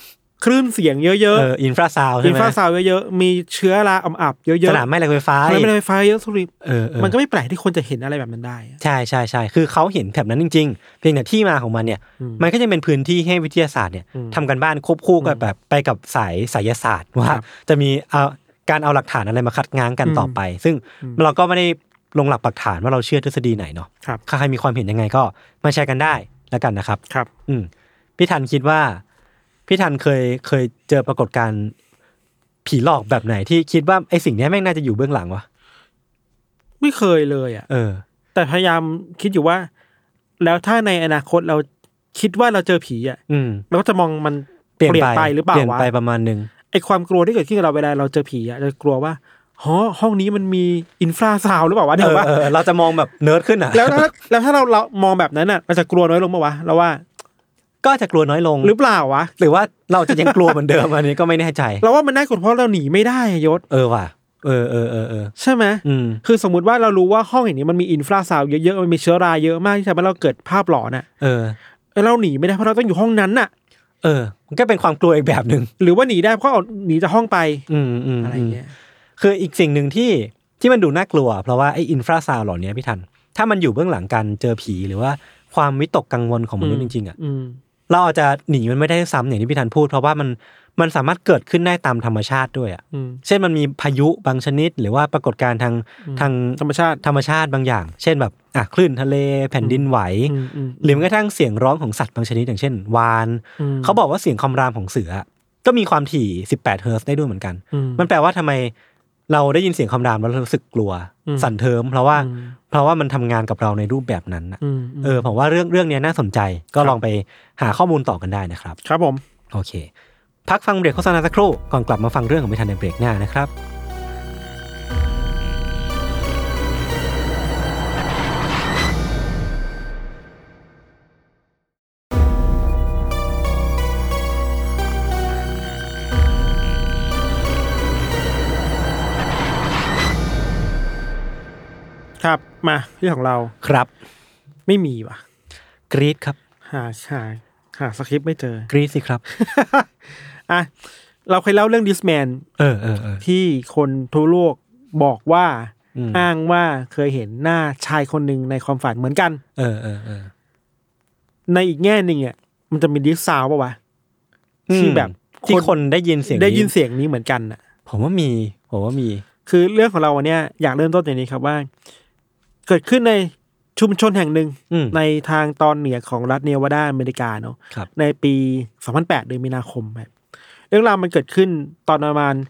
คลื่นเสียงเยอะๆอินฟราซาวด์ใช่ไหมอินฟราซาวด์เยอะๆมีเชื้อราอับๆเยอะๆสนามแม่เหล็กไฟฟ้าเยอะสุดมันก็ไม่แปลกที่คนจะเห็นอะไรแบบนั้นได้ใช่ๆๆคือเขาเห็นแบบนั้นจริงๆเพียงแต่ที่มาของมันเนี่ยมันก็จะเป็นพื้นที่ให้วิทยาศาสตร์เนี่ยทำกันบ้านควบคู่กับแบบไปกับสายไสยศาสตร์ว่าจะมีการเอาหลักฐานอะไรมาคัดง้างกันต่อไปซึ่งเราก็ไม่ได้ลงหลักปักฐานว่าเราเชื่อทฤษฎีไหนเนาะใครมีความเห็นยังไงก็มาแชร์กันได้แล้วกันนะครับครับพี่ทันคิดว่าพี่ทันเคยเจอปรากฏการณ์ผีหลอกแบบไหนที่คิดว่าไอ้สิ่งนี้แม่งน่าจะอยู่เบื้องหลังวะไม่เคยเลยอ่ะแต่พยายามคิดอยู่ว่าแล้วถ้าในอนาคตเราคิดว่าเราเจอผีอ่ะเราก็จะมองมันเปลี่ยนไปหรือเปล่าวะเปลี่ยนไปประมาณนึงไอ้ความกลัวที่เกิดขึ้นกับเราเวลาเราเจอผีอ่ะจะกลัวว่าห้องนี้มันมีอินฟราซาวด์หรือเปล่าวะเดี๋ยวว่าเราจะมองแบบเนิร์ดขึ้นอ่ะแล้วถ้าเรามองแบบนั้นอ่ะเราจะกลัวน้อยลงป่ะวะเราว่าก็จะกลัวน้อยลงหรือเปล่าวะหรือว่าเราจะยังกลัวเหมือนเดิมอันนี้ก็ไม่แน่ใจเราว่ามันน่ากลัวเพราะเราหนีไม่ได้ยศว่ะใช่ไหมคือสมมุติว่าเรารู้ว่าห้องอย่างนี้มันมีอินฟราซาวด์เยอะๆมันมีเชื้อราเยอะมากที่ทำให้เราเกิดภาพหลอนอ่ะเราหนีไม่ได้เพราะเราต้องอยู่ห้องนั้นน่ะมันก็เป็นความกลัวอีกแบบนึงหรือว่าหนีได้เพราะหนีจากห้องไปอะไรเงี้ยคืออีกสิ่งนึงที่มันดูน่ากลัวเพราะว่าไอ้อินฟราซาวด์เหล่านี้พี่ทันถ้ามันอยู่เบื้องหลังการเจอผีหรือว่าความวิตกกังวลของมนุษย์จริงๆอ่ะเราอาจจะหนีมันไม่ได้ซ้ำอย่างที่พี่ทันพูดเพราะว่ามันสามารถเกิดขึ้นได้ตามธรรมชาติด้วยอ่ะเช่นมันมีพายุบางชนิดหรือว่าปรากฏการณ์ทางธรรมชาติบางอย่างเช่นแบบคลื่นทะเลแผ่นดินไหวหรือแม้กระทั่งเสียงร้องของสัตว์บางชนิดอย่างเช่นวาฬเขาบอกว่าเสียงคำรามของเสือก็มีความถี่18เฮิร์ตซ์ได้ด้วยเหมือนกันมันแปลว่าทำไมเราได้ยินเสียงคำรามแล้วรู้สึกกลัวสั่นเทิมเพราะว่ามันทำงานกับเราในรูปแบบนั้นนะผมว่าเรื่องนี้น่าสนใจก็ลองไปหาข้อมูลต่อกันได้นะครับครับผมโอเคพักฟังเบรกโฆษณาสักครู่ก่อนกลับมาฟังเรื่องของไม่ทันในเบรกหน้านะครับครับมาเรื่องของเราครับไม่มีว่ะกรี๊ดครับหาสคริปต์ไม่เจอกรี๊ดสิครับเราเคยเล่าเรื่องดิสแมนที่คนทั่วโลกบอกว่าอ้างว่าเคยเห็นหน้าชายคนหนึ่งในความฝันเหมือนกันในอีกแง่หนึ่งอ่ะมันจะมีดิสซาวป่ะวะที่แบบที่คนได้ยินเสียงนี้เหมือนกันอ่ะผมว่ามีคือเรื่องของเราวันนี้อยากเริ่มต้นอย่างนี้ครับว่าเกิดขึ้นในชุมชนแห่งหนึ่งในทางตอนเหนือของรัฐเนวาดาอเมริกาเนาะในปี2008เดือนมีนาคมครับเรื่องราวมันเกิดขึ้นตอนประมาณ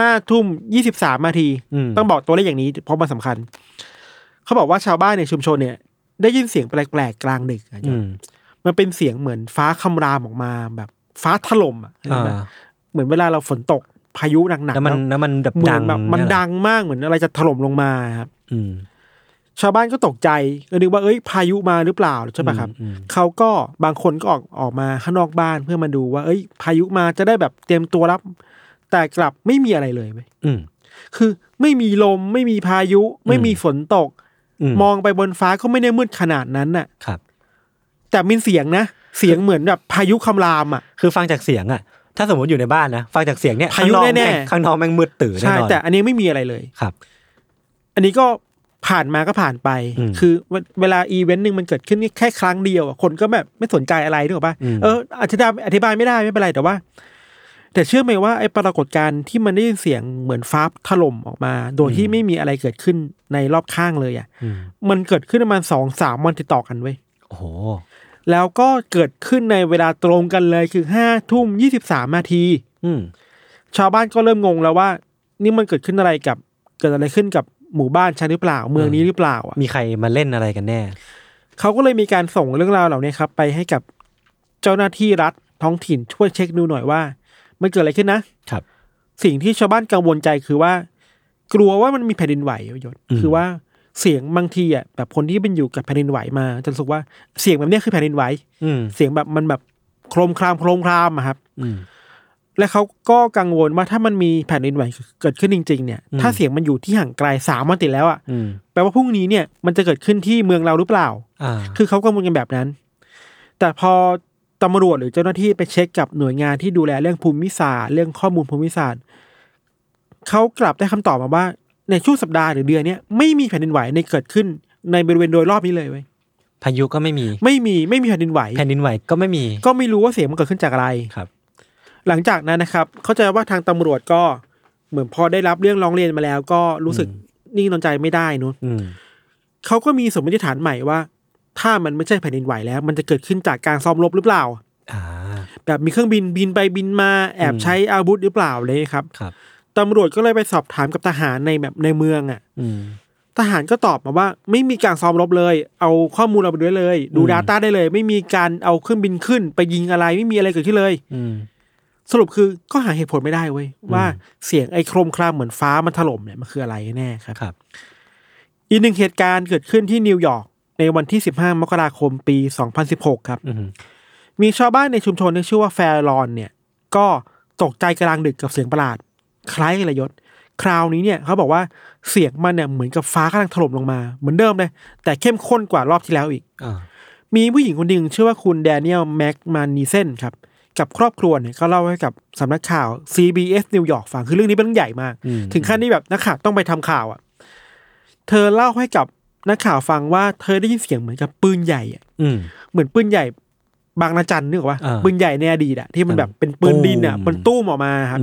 5:23 นาทีต้องบอกตัวเลขอย่างนี้เพราะมันสำคัญเขาบอกว่าชาวบ้านในชุมชนเนี่ยได้ยินเสียงแปลกๆกลางดึกมันเป็นเสียงเหมือนฟ้าคำรามออกมาแบบฟ้าถล่มเหมือนเวลาเราฝนตกพายุหนักๆแล้วมันดังแบบมันดังมากเหมือนอะไรจะถล่มลงมาครับชาวบ้านก็ตกใจนึกว่าพายุมาหรือเปล่าใช่ป่ะครับเขาก็บางคนก็ออกมาข้างนอกบ้านเพื่อมาดูว่าพายุมาจะได้แบบเตรียมตัวรับแต่กลับไม่มีอะไรเลยคือไม่มีลมไม่มีพายุไม่มีฝนตกมองไปบนฟ้าก็ไม่ได้มืดขนาดนั้นน่ะครับแต่มีเสียงนะเสียงเหมือนแบบพายุคำรามอ่ะคือฟังจากเสียงอ่ะถ้าสมมติอยู่ในบ้านนะฟังจากเสียงเนี่ยพายุแน่ๆข้างนอกแม่งมืดตื่นแน่นอนใช่แต่อันนี้ไม่มีอะไรเลยครับอันนี้ก็ผ่านมาก็ผ่านไปคือเวลาอีเวนต์นึงมันเกิดขึ้นแค่ครั้งเดียวคนก็แบบไม่สนใจอะไรถูกป่ะอธิบายไม่ได้ไม่เป็นไรแต่เชื่อไหมว่าไอ้ปรากฏการณ์ที่มันได้ยินเสียงเหมือนฟ้าถล่มออกมาโดยที่ไม่มีอะไรเกิดขึ้นในรอบข้างเลยอ่ะมันเกิดขึ้นประมาณ 2-3 วันติดต่อกันเว้ยโอ้โหแล้วก็เกิดขึ้นในเวลาตรงกันเลยคือ 5:23 นาทีชาวบ้านก็เริ่มงงแล้วว่านี่มันเกิดอะไรขึ้นกับหมู่บ้านฉันหรือเปล่าเมืองนี้หรือเปล่ามีใครมาเล่นอะไรกันแน่เขาก็เลยมีการส่งเรื่องราวเหล่านี้ครับไปให้กับเจ้าหน้าที่รัฐท้องถิ่นช่วยเช็คดูหน่อยว่ามันเกิดอะไรขึ้นนะครับสิ่งที่ชาวบ้านกังวลใจคือว่ากลัวว่ามันมีแผ่นดินไหวยศคือว่าเสียงบางทีอ่ะแบบคนที่เป็นอยู่กับแผ่นดินไหวมาจะรู้สึกว่าเสียงแบบนี้คือแผ่นดินไหวเสียงแบบมันแบบโครมครามอะครับและเขาก็กังวลว่าถ้ามันมีแผ่นดินไหวเกิดขึ้นจริงๆเนี่ยถ้าเสียงมันอยู่ที่ห่างไกล3 วันติดแล้วอ่ะแปลว่าพรุ่งนี้เนี่ยมันจะเกิดขึ้นที่เมืองเราหรือเปล่าคือเขากังวลกันแบบนั้นแต่พอตำรวจหรือเจ้าหน้าที่ไปเช็คกับหน่วยงานที่ดูแลเรื่องภูมิศาสตร์เรื่องข้อมูลภูมิศาสตร์เขากลับได้คำตอบมาว่าในช่วงสัปดาห์หรือเดือนนี้ไม่มีแผ่นดินไหวในเกิดขึ้นในบริเวณโดยรอบนี้เลยเว้ยพายุก็ไม่มีแผ่นดินไหวก็ไม่มีก็ไม่รู้ว่าเสียงมันเกิดขึ้นจากอะไรครับหลังจากนั้นนะครับเข้าใจว่าทางตำรวจก็เหมือนพอได้รับเรื่องร้องเรียนมาแล้วก็รู้สึกนิ่งนอนใจไม่ได้นู้นเขาก็มีสมมติฐานใหม่ว่าถ้ามันไม่ใช่แผ่นดินไหวแล้วมันจะเกิดขึ้นจากการซ้อมรบหรือเปล่าแบบมีเครื่องบินไปบินมาแอบใช้อาวุธหรือเปล่าเลยครับตำรวจก็เลยไปสอบถามกับทหารในแบบในเมืองอ่ะทหารก็ตอบมาว่าไม่มีการซ้อมรบเลยเอาข้อมูลเราไปด้วยเลยดู data ได้เลยไม่มีการเอาเครื่องบินขึ้นไปยิงอะไรไม่มีอะไรเกิดขึ้นเลยสรุปคือก็หาเหตุผลไม่ได้เว้ยว่าเสียงไอ้โครมครามเหมือนฟ้ามันถล่มเนี่ยมันคืออะไรแน่ครับอีกหนึ่งเหตุการณ์เกิดขึ้นที่นิวยอร์กในวันที่15มกราคมปี2016ครับมีชาวบ้านในชุมชนที่ชื่อว่าแฟร์ลอนเนี่ยก็ตกใจกลางดึกกับเสียงประหลาดคล้ายกับระยศคราวนี้เนี่ยเขาบอกว่าเสียงมันเนี่ยเหมือนกับฟ้ากำลังถล่มลงมาเหมือนเดิมเลยแต่เข้มข้นกว่ารอบที่แล้วอีกมีผู้หญิงคนหนึ่งชื่อว่าคุณแดเนียลแม็กมานีเซนครับกับครอบครัวเนี่ยก็เล่าให้กับสำนักข่าว CBS นิวยอร์กฟังคือเรื่องนี้เป็นเรื่องใหญ่มากถึงขั้นที่แบบนักข่าวต้องไปทำข่าวอ่ะเธอเล่าให้กับนักข่าวฟังว่าเธอได้ยินเสียงเหมือนกับปืนใหญ่อ่ะเหมือนปืนใหญ่บางระจันนึกออกป่ะปืนใหญ่ในอดีตอ่ะที่มันแบบเป็นปืนดินอ่ะมันตู้มออกมาครับ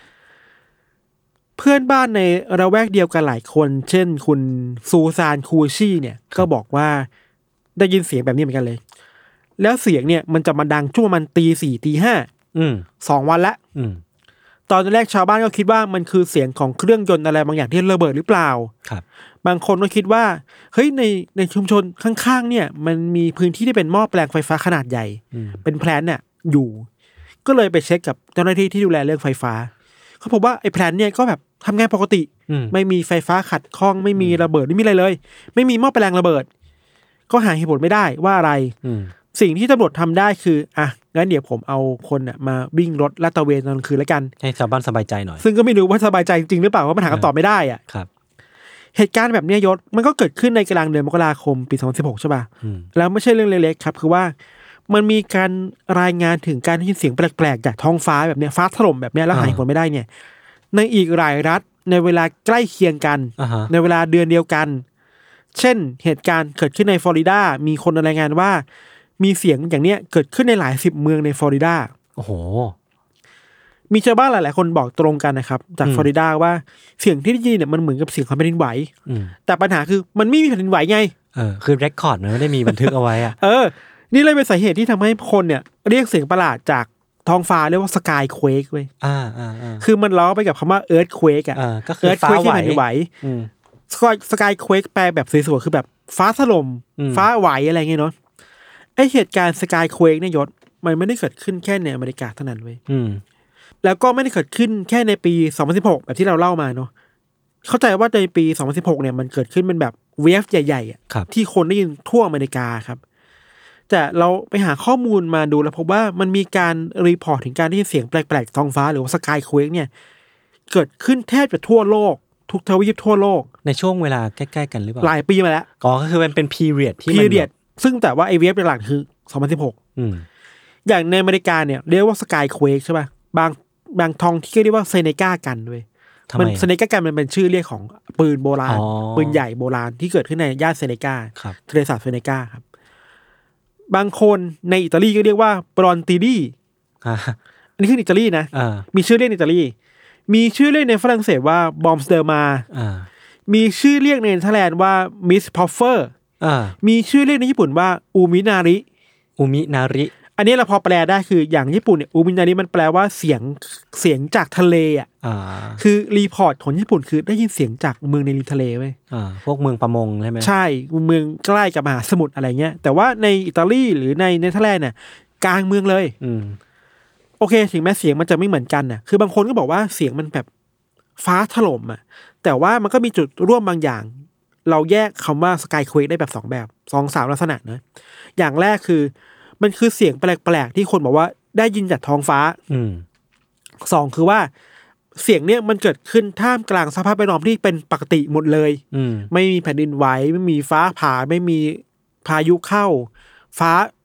เพื่อนบ้านในระแวกเดียวกันหลายคนเช่นคุณซูซานคูชี่เนี่ยก็บอกว่าได้ยินเสียงแบบนี้เหมือนกันเลยแล้วเสียงเนี่ยมันจะมาดังช่วงมันตี 4 ตี 5 2 วันละตอนแรกชาวบ้านก็คิดว่ามันคือเสียงของเครื่องยนต์อะไรบางอย่างที่ระเบิดหรือเปล่าครับบางคนก็คิดว่าเฮ้ยในชุมชนข้างๆเนี่ยมันมีพื้นที่ที่เป็นหม้อแปลงไฟฟ้าขนาดใหญ่เป็นแพลนเนี่ยอยู่ก็เลยไปเช็คกับเจ้าหน้าที่ที่ดูแลเรื่องไฟฟ้าเขาพบว่าไอ้แพลนเนี่ยก็แบบทำงานปกติไม่มีไฟฟ้าขัดข้องไม่มีระเบิดไม่มีอะไรเลยไม่มีหม้อแปลงระเบิดก็หาเหตุผลไม่ได้ว่าอะไรสิ่งที่ตำรวจทำได้คืออ่ะงั้นเดี๋ยวผมเอาคนน่ะมาวิ่งรถลาดตระเวนตอนกลางคืนแล้วกันให้ชาวบ้านสบายใจหน่อยซึ่งก็ไม่รู้ว่าสบายใจจริงหรือเปล่าว่ามันหาคำตอบไม่ได้อ่ะครับเหตุการณ์แบบนี้ยศมันก็เกิดขึ้นในกลางเดือนมกราคมปี2016ใช่ป่ะแล้วไม่ใช่เรื่องเล็กๆครับคือว่ามันมีการรายงานถึงการได้ยินเสียงแปลกๆจากท้องฟ้าแบบนี้ฟ้าถล่มแบบนี้แล้วหาเหตุผลไม่ได้เนี่ยในอีกหลายรัฐในเวลาใกล้เคียงกันในเวลาเดือนเดียวกันเช่นเหตุการณ์เกิดขึ้นในฟลอริดามีคนรายงานว่ามีเสียงอย่างเนี้ยเกิดขึ้นในหลาย10เมืองในฟลอริดาโอ้โหมีชาวบ้านหลายๆคนบอกตรงกันนะครับจากฟลอริดาว่าเสียงที่ได้ยินเนี่ยมันเหมือนกับเสียงของแผ่นดินไหวแต่ปัญหาคือมันไม่มีแผ่นดินไหวไงคือเรคคอร์ดมันไม่ได้มีบันทึกเอาไว้อ่ะนี่เลยเป็นสาเหตุที่ทำให้คนเนี่ยเรียกเสียงประหลาดจากท้องฟ้าเรียกว่าสกายเควกเว้ยคือมันล้อไปกับคำว่าเอิร์ธเควกอ่ะก็คือฟ้าไหวสกายเควกแปลแบบสวยๆคือแบบฟ้าถล่มฟ้าไหวอะไรเงี้ยเนาะไอเหตุการณ์สกายเควกเนี่ยยศมันไม่ได้เกิดขึ้นแค่ในอเมริกาเท่านั้นเว้ยแล้วก็ไม่ได้เกิดขึ้นแค่ในปี2016แบบที่เราเล่ามาเนาะเข้าใจว่าในปี2016เนี่ยมันเกิดขึ้นเป็นแบบเวฟใหญ่ๆอ่ะที่คนได้ยินทั่วอเมริกาครับแต่เราไปหาข้อมูลมาดูแล้วพบว่ามันมีการรีพอร์ตถึงการได้ยินเสียงแปลกๆท้องฟ้าหรือว่าสกายเควกเนี่ยเกิดขึ้นแทบจะทั่วโลกทุกทวีปทั่วโลกในช่วงเวลาใกล้ๆกันหรือเปล่าหลายปีมาแล้วก็คือมันเป็น period ที่มันซึ่งแต่ว่าไอเวฟหลักๆคือ2016อย่างในอเมริกาเนี่ยเรียกว่าสกายเควกใช่ป่ะบางท้องที่เรียกว่าเซเนกากันด้วยมันเซเนกากันมันเป็นชื่อเรียกของปืนโบราณปืนใหญ่โบราณที่เกิดขึ้นในย่านเซเนกาทะเลสาบเซเนกาครับบางคนในอิตาลีก็เรียกว่าบรอนติดีอันนี้คืออิตาลีนะมีชื่อเรียกในอิตาลีมีชื่อเรียกในฝรั่งเศสว่าบอมสเดอร์มามีชื่อเรียกในเนเธอร์แลนด์ว่ามิสพอฟเฟอร์มีชื่อเรียกในญี่ปุ่นว่าอูมินาริอันนี้เราพอแปลได้คืออย่างญี่ปุ่นเนี่ยอูมินาริมันแปลว่าเสียงจากทะเลอ่ะคือรีพอร์ตของญี่ปุ่นคือได้ยินเสียงจากเมืองในริมทะเลเว้ยพวกเมืองประมงใช่ไหมใช่เมืองใกล้กับมหาสมุทรอะไรเงี้ยแต่ว่าในอิตาลีหรือในเนเธอร์แลนด์เนี่ยกลางเมืองเลยโอเคถึงแม้เสียงมันจะไม่เหมือนกันน่ะคือบางคนก็บอกว่าเสียงมันแบบฟ้าถล่มอ่ะแต่ว่ามันก็มีจุดร่วมบางอย่างเราแยกคำว่าสกายเควกได้แบบ2แบบ2-3ลักษณะนะอย่างแรกคือมันคือเสียงแปลกๆที่คนบอกว่าได้ยินจากท้องฟ้า2คือว่าเสียงเนี้ยมันเกิดขึ้นท่ามกลางสภาพแวดล้อมที่เป็นปกติหมดเลยไม่มีแผ่นดินไหวไม่มีฟ้าผ่าไม่มีพายุเข้าฟ้า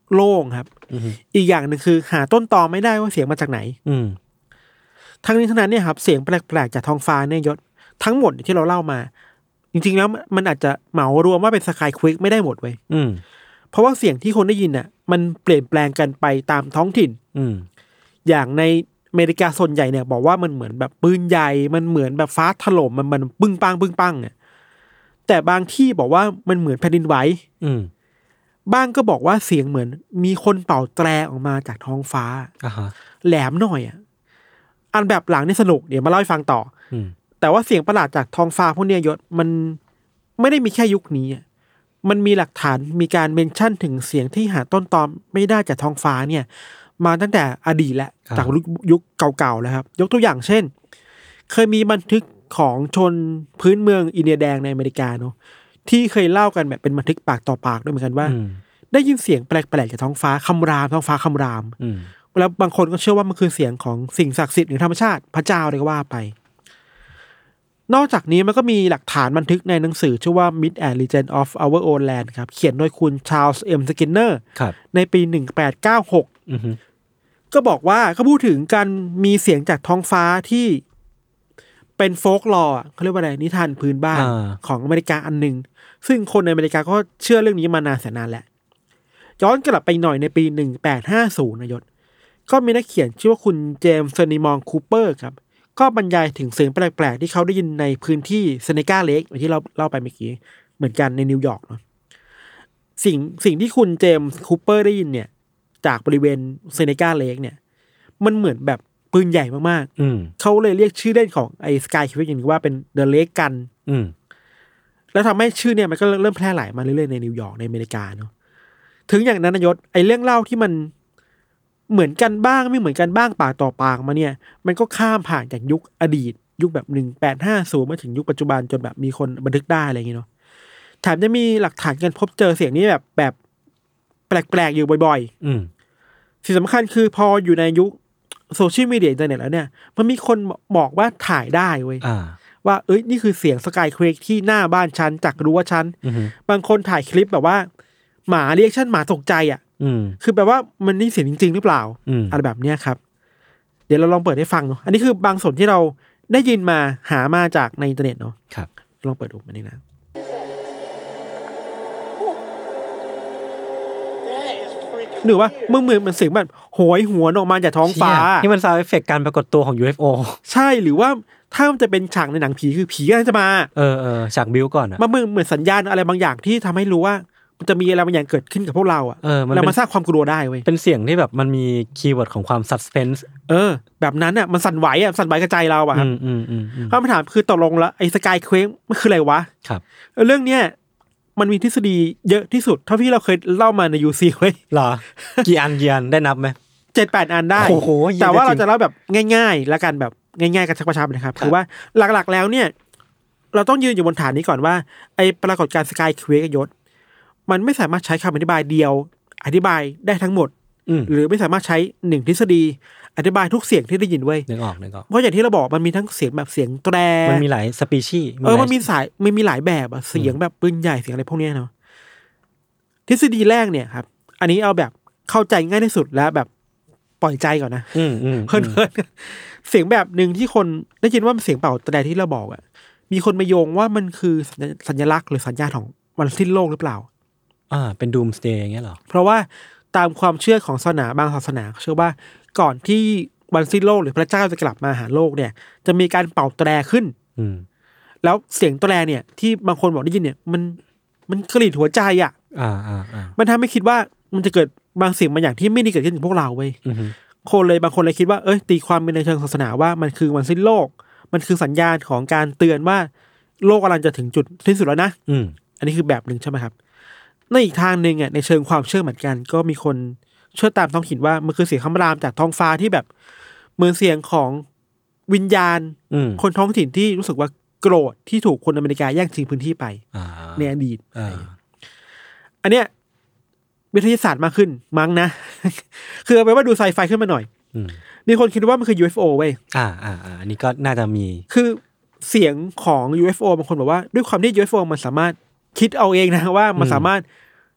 โล่งครับอีกอย่างนึงคือหาต้นตอไม่ได้ว่าเสียงมาจากไหนทั้งนี้ทั้งนั้นเนี่ยครับเสียงแปลกๆจากท้องฟ้าเนี่ยยศทั้งหมดที่เราเล่ามาจริงๆแล้วมันอาจจะเหมารวมว่าเป็นสกายควิกไม่ได้หมดเว้ยเพราะว่าเสียงที่คนได้ยินน่ะมันเปลี่ยนแปลงกันไปตามท้องถิ่นอย่างในอเมริกาส่วนใหญ่เนี่ยบอกว่ามันเหมือนแบบปืนใหญ่มันเหมือนแบบฟ้าถล่มมันปึ้งปังเนี่ยแต่บางที่บอกว่ามันเหมือนแผ่นดินไหวบ้างก็บอกว่าเสียงเหมือนมีคนเป่าแตรออกมาจากท้องฟ้าแหลมหน่อยอันแบบหลังนี่สนุกเดี๋ยวมาเล่าให้ฟังต่อแต่ว่าเสียงประหลาดจากท้องฟ้าพวกนี้ยศมันไม่ได้มีแค่ยุคนี้มันมีหลักฐานมีการเมนชั่นถึงเสียงที่หาต้นตอไม่ได้จากท้องฟ้าเนี่ยมาตั้งแต่อดีตแล้วจากยุคเก่าๆแล้วครับยกตัวอย่างเช่นเคยมีบันทึกของชนพื้นเมืองอินเดียแดงในอเมริกาเนาะที่เคยเล่ากันแบบเป็นบันทึกปากต่อปากด้วยเหมือนกันว่าได้ยินเสียงแปลกๆจากท้องฟ้าคำรามท้องฟ้าคำรามแล้วบางคนก็เชื่อว่ามันคือเสียงของสิ่งศักดิ์สิทธิ์หรือธรรมชาติพระเจ้าอะไรก็ว่าไปนอกจากนี้มันก็มีหลักฐานบันทึกในหนังสือชื่อว่า Myth and Legend of Our Own Land ครับเขียนโดยคุณชาร์ลส์เอ็มสกินเนอร์ในปี1896ก็บอกว่าเขาพูดถึงการมีเสียงจากท้องฟ้าที่เป็นโฟล์คลอร์เขาเรียกว่าอะไรนิทานพื้นบ้านของอเมริกาอันนึงซึ่งคนในอเมริกาก็เชื่อเรื่องนี้มานานแสนนานแหละย้อนกลับไปหน่อยในปี1850นายศก็มีนักเขียนชื่อว่าคุณเจมส์เฟอร์นิมองคูเปอร์ครับก็บรรยายถึงเสียงแปลกๆที่เขาได้ยินในพื้นที่เซเนกาเลกที่เราเล่าไปเมื่อกี้เหมือนกันในนิวยอร์กเนาะสิ่งที่คุณเจมส์คูเปอร์ได้ยินเนี่ยจากบริเวณเซเนกาเลกเนี่ยมันเหมือนแบบปืนใหญ่มากๆเขาเลยเรียกชื่อเล่นของไอ้สกายคิวอย่างนี้ว่าเป็นเดอะเลกกันแล้วทำให้ชื่อเนี่ยมันก็เริ่มแพร่หลายมาเรื่อยๆในนิวยอร์กในอเมริกาเนาะถึงอย่างนั้นนายศไอ้เรื่องเล่าที่มันเหมือนกันบ้างไม่เหมือนกันบ้างปากต่อปากมาเนี่ยมันก็ข้ามผ่านจากยุคอดีตยุคแบบ1850มาถึงยุคปัจจุบันจนแบบมีคนบันทึกได้อะไรอย่างเงี้ยเนาะแถมจะมีหลักฐานการพบเจอเสียงนี้แบบแปลกๆอยู่บ่อยๆสิ่งสำคัญคือพออยู่ในยุคโซเชียลมีเดียอินเทอร์เน็ตแล้วเนี่ยมันมีคนบอกว่าถ่ายได้เว้ยว่านี่คือเสียงสกายเครกที่หน้าบ้านฉันจากรั้วฉันบางคนถ่ายคลิปแบบว่าหมาเรียกฉันหมาตกใจคือแปลว่ามันนี่เสียงจริงๆหรือเปล่าอะไรแบบเนี้ยครับเดี๋ยวเราลองเปิดให้ฟังเนาะอันนี้คือบางส่วนที่เราได้ยินมาหามาจากในอินเทอร์เน็ตเนาะครับลองเปิดดูมันนี่นะหรือว่ามึงเหมือนเสียงแบบโหยหวนออกมาจากท้องฟ้าที่มันซาวด์เอฟเฟคการปรากฏตัวของ UFO ใช่หรือว่าถ้ามันจะเป็นฉากในหนังผีคือผีกำลังจะมาฉากบิวก่อนมันเหมือนสัญญาณอะไรบางอย่างที่ทำให้รู้ว่ามันจะมีอะไรบางอย่างเกิดขึ้นกับพวกเราแล้วมันสร้างความกลัวได้เว้ยเป็นเสียงที่แบบมันมีคีย์เวิร์ดของความซัสเพนส์แบบนั้นมันสั่นไหวสั่นไหวกระจายเราครับคำถามคือตกลงแล้วไอ้สกายเคว้งมันคืออะไรวะครับเรื่องเนี้ยมันมีทฤษฎีเยอะที่สุดเท่าที่เราเคยเล่ามาใน UC เว้ยเหรอกี่อันได้นับไหม 7-8 อันได้แต่ว่าเราจะเล่าแบบง่ายๆแล้วกันแบบง่ายๆกันชักประชับนะครับคือว่าหลักๆแล้วเนี่ยเราต้องยืนอยู่บนฐานนี้ก่อนว่าไอ้ปรากฏการณ์สกายเคว้งยศมันไม่สามารถใช้คำอธิบายเดียวอธิบายได้ทั้งหมดหรือไม่สามารถใช้1ทฤษฎีอธิบายทุกเสียงที่ได้ยินเว้ยนึกออกเพราะอย่างที่เราบอกมันมีทั้งเสียงแบบเสียงแตรมันมีหลายสปีชีส์มันมีหลายแบบเสียงแบบปืนใหญ่เสียงอะไรพวกนี้เนาะทฤษฎีแรกเนี่ยครับอันนี้เอาแบบเข้าใจง่ายที่สุดแล้วแบบปล่อยใจก่อนนะเพลินเสียงแบบนึงที่คนได้ยินว่าเสียงเป่าแตรที่เราบอกมีคนมาโยงว่ามันคือสัญลักษณ์หรือสัญญาณของวันสิ้นโลกหรือเปล่าเป็นดูมสเตย์อย่างเงี้ยหรอเพราะว่าตามความเชื่อของศาสนาบางศาสนาเชื่อว่าก่อนที่วันสิ้นโลกหรือพระเจ้าจะกลับมาหาโลกเนี่ยจะมีการเป่าแตรขึ้นแล้วเสียงแตรเนี่ยที่บางคนบอกได้ยินเนี่ยมันกรีดหัวใจมันทำให้คิดว่ามันจะเกิดบางสิ่งบางอย่างที่ไม่ดีเกิดขึ้นกับพวกเราเว้ยบางคนเลยคิดว่าตีความเป็นในเชิงศาสนาว่ามันคือวันสิ้นโลกมันคือสัญญาณของการเตือนว่าโลกกำลังจะถึงจุดสิ้นสุดแล้วนะอันนี้คือแบบนึงใช่ไหมครับในอีกทางนึงในเชิงความเชื่อเหมือนกันก็มีคนเชื่อตามท้องถิ่นว่ามันคือเสียงคำรามจากท้องฟ้าที่แบบเหมือนเสียงของวิญญาณคนท้องถิ่นที่รู้สึกว่าโกรธที่ถูกคนอเมริกาแย่งชิงพื้นที่ไปในอดีตอันเนี้ยวิทยาศาสตร์มากขึ้นมั้งนะ คือเอาไปว่าดูไซไฟขึ้นมาหน่อยมีคนคิดว่ามันคือ UFO เว้ยอันนี้ก็น่าจะมีคือเสียงของ UFO บางคนบอกว่าด้วยความที่ UFO มันสามารถคิดเอาเองนะว่ามันสามารถ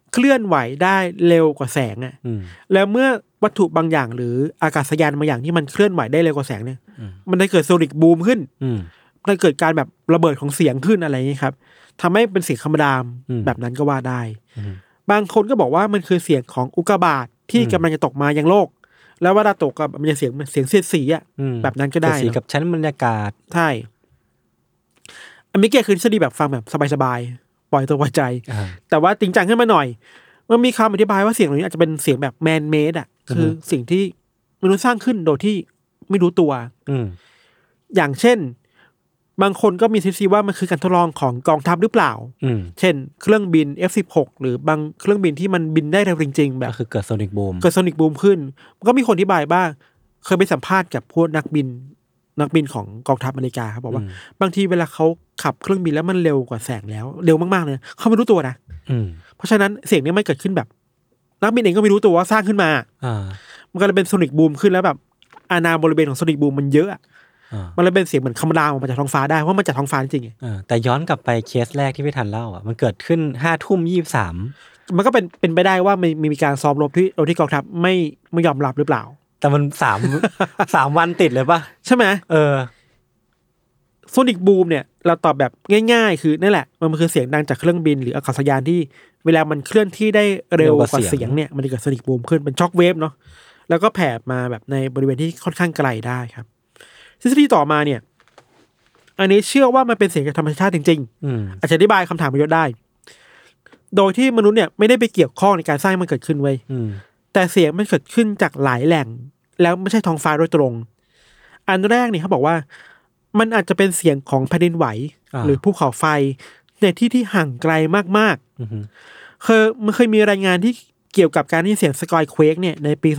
เคลื่อนไหวได้เร็วกว่าแสงอ่ะแล้วเมื่อวัตถุบางอย่างหรืออากาศยานบางอย่างที่มันเคลื่อนไหวได้เร็วกว่าแสงเนี่ยมันได้เกิดโซนิกบูมขึ้นได้เกิดการแบบระเบิดของเสียงขึ้นอะไรอย่างนี้ครับทำให้เป็นเสียงคำรามแบบนั้นก็ว่าได้บางคนก็บอกว่ามันคือเสียงของอุกกาบาตที่กำลังจะตกมายังโลกแล้วเวลาตกกับมันจะเสียงเสียดสีอ่ะแบบนั้นก็ได้สีกับชั้นบรรยากาศใช่อันนี้คือทฤษฎีแบบฟังแบบสบายๆปล่อยตัวปล่อยใจแต่ว่าจริงจังขึ้นมาหน่อยมันมีคำอธิบายว่าเสียงเหล่านี้อาจจะเป็นเสียงแบบแมนเมดอ่ะคือสิ่งที่มนุษย์สร้างขึ้นโดยที่ไม่รู้ตัวอย่างเช่นบางคนก็มีทฤษฎีว่ามันคือการทดลองของกองทัพหรือเปล่าเช่นเครื่องบิน F16 หรือบางเครื่องบินที่มันบินได้เร็วจริงๆแบบคือเกิดโซนิกบูมขึ้นมันก็มีคนอธิบายบ้างเคยไปสัมภาษณ์กับพวกนักบินของกองทัพอเมริกาครับบอกว่าบางทีเวลาเขาขับเครื่องบินแล้วมันเร็วกว่าแสงแล้วเร็วมากๆเลยเขาไม่รู้ตัวนะเพราะฉะนั้นเสียงนี้ไม่เกิดขึ้นแบบนักบินเองก็ไม่รู้ตัวว่าสร้างขึ้นมามันก็เลยเป็นโซนิกบูมขึ้นแล้วแบบอาณาบริเวณของโซนิกบูมมันเยอะมันเลยเป็นเสียงเหมือนคำรามออกมาจากท้องฟ้าได้เพราะมันจากท้องฟ้าจริงๆแต่ย้อนกลับไปเคสแรกที่พี่ทันเล่าอ่ะมันเกิดขึ้น 5:23 มันก็เป็นไปได้ว่ามีการซ้อมรบที่กองทัพไม่ยอมรับหรือเปล่าแต่มัน3 วันติดเลยป่ะใช่ไหมโซนิกบูมเนี่ยเราตอบแบบง่ายๆคือนั่นแหละมันคือเสียงดังจากเครื่องบินหรืออากาศยานที่เวลามันเคลื่อนที่ได้เร็วกว่าเสียงเนี่ยมันจะเกิดโซนิกบูมขึ้นเป็นช็อคเวฟเนาะแล้วก็แผ่มาแบบในบริเวณที่ค่อนข้างไกลได้ครับทฤษฎีต่อมาเนี่ยอันนี้เชื่อว่ามันเป็นเสียงจากธรรมชาติจริงๆอธิบายคำถามประโยชน์ได้โดยที่มนุษย์เนี่ยไม่ได้ไปเกี่ยวข้องในการสร้างมันเกิดขึ้นไว้แต่เสียงมันเกิดขึ้นจากหลายแหล่งแล้วไม่ใช่ท้องฟ้าโดยตรงอันแรกเนี่ยเขาบอกว่ามันอาจจะเป็นเสียงของแผ่นดินไหวหรือภูเขาไฟในที่ห่างไกลมากๆมันเคยมีรายงานที่เกี่ยวกับการที่เสียงสกายเควกเนี่ยในปี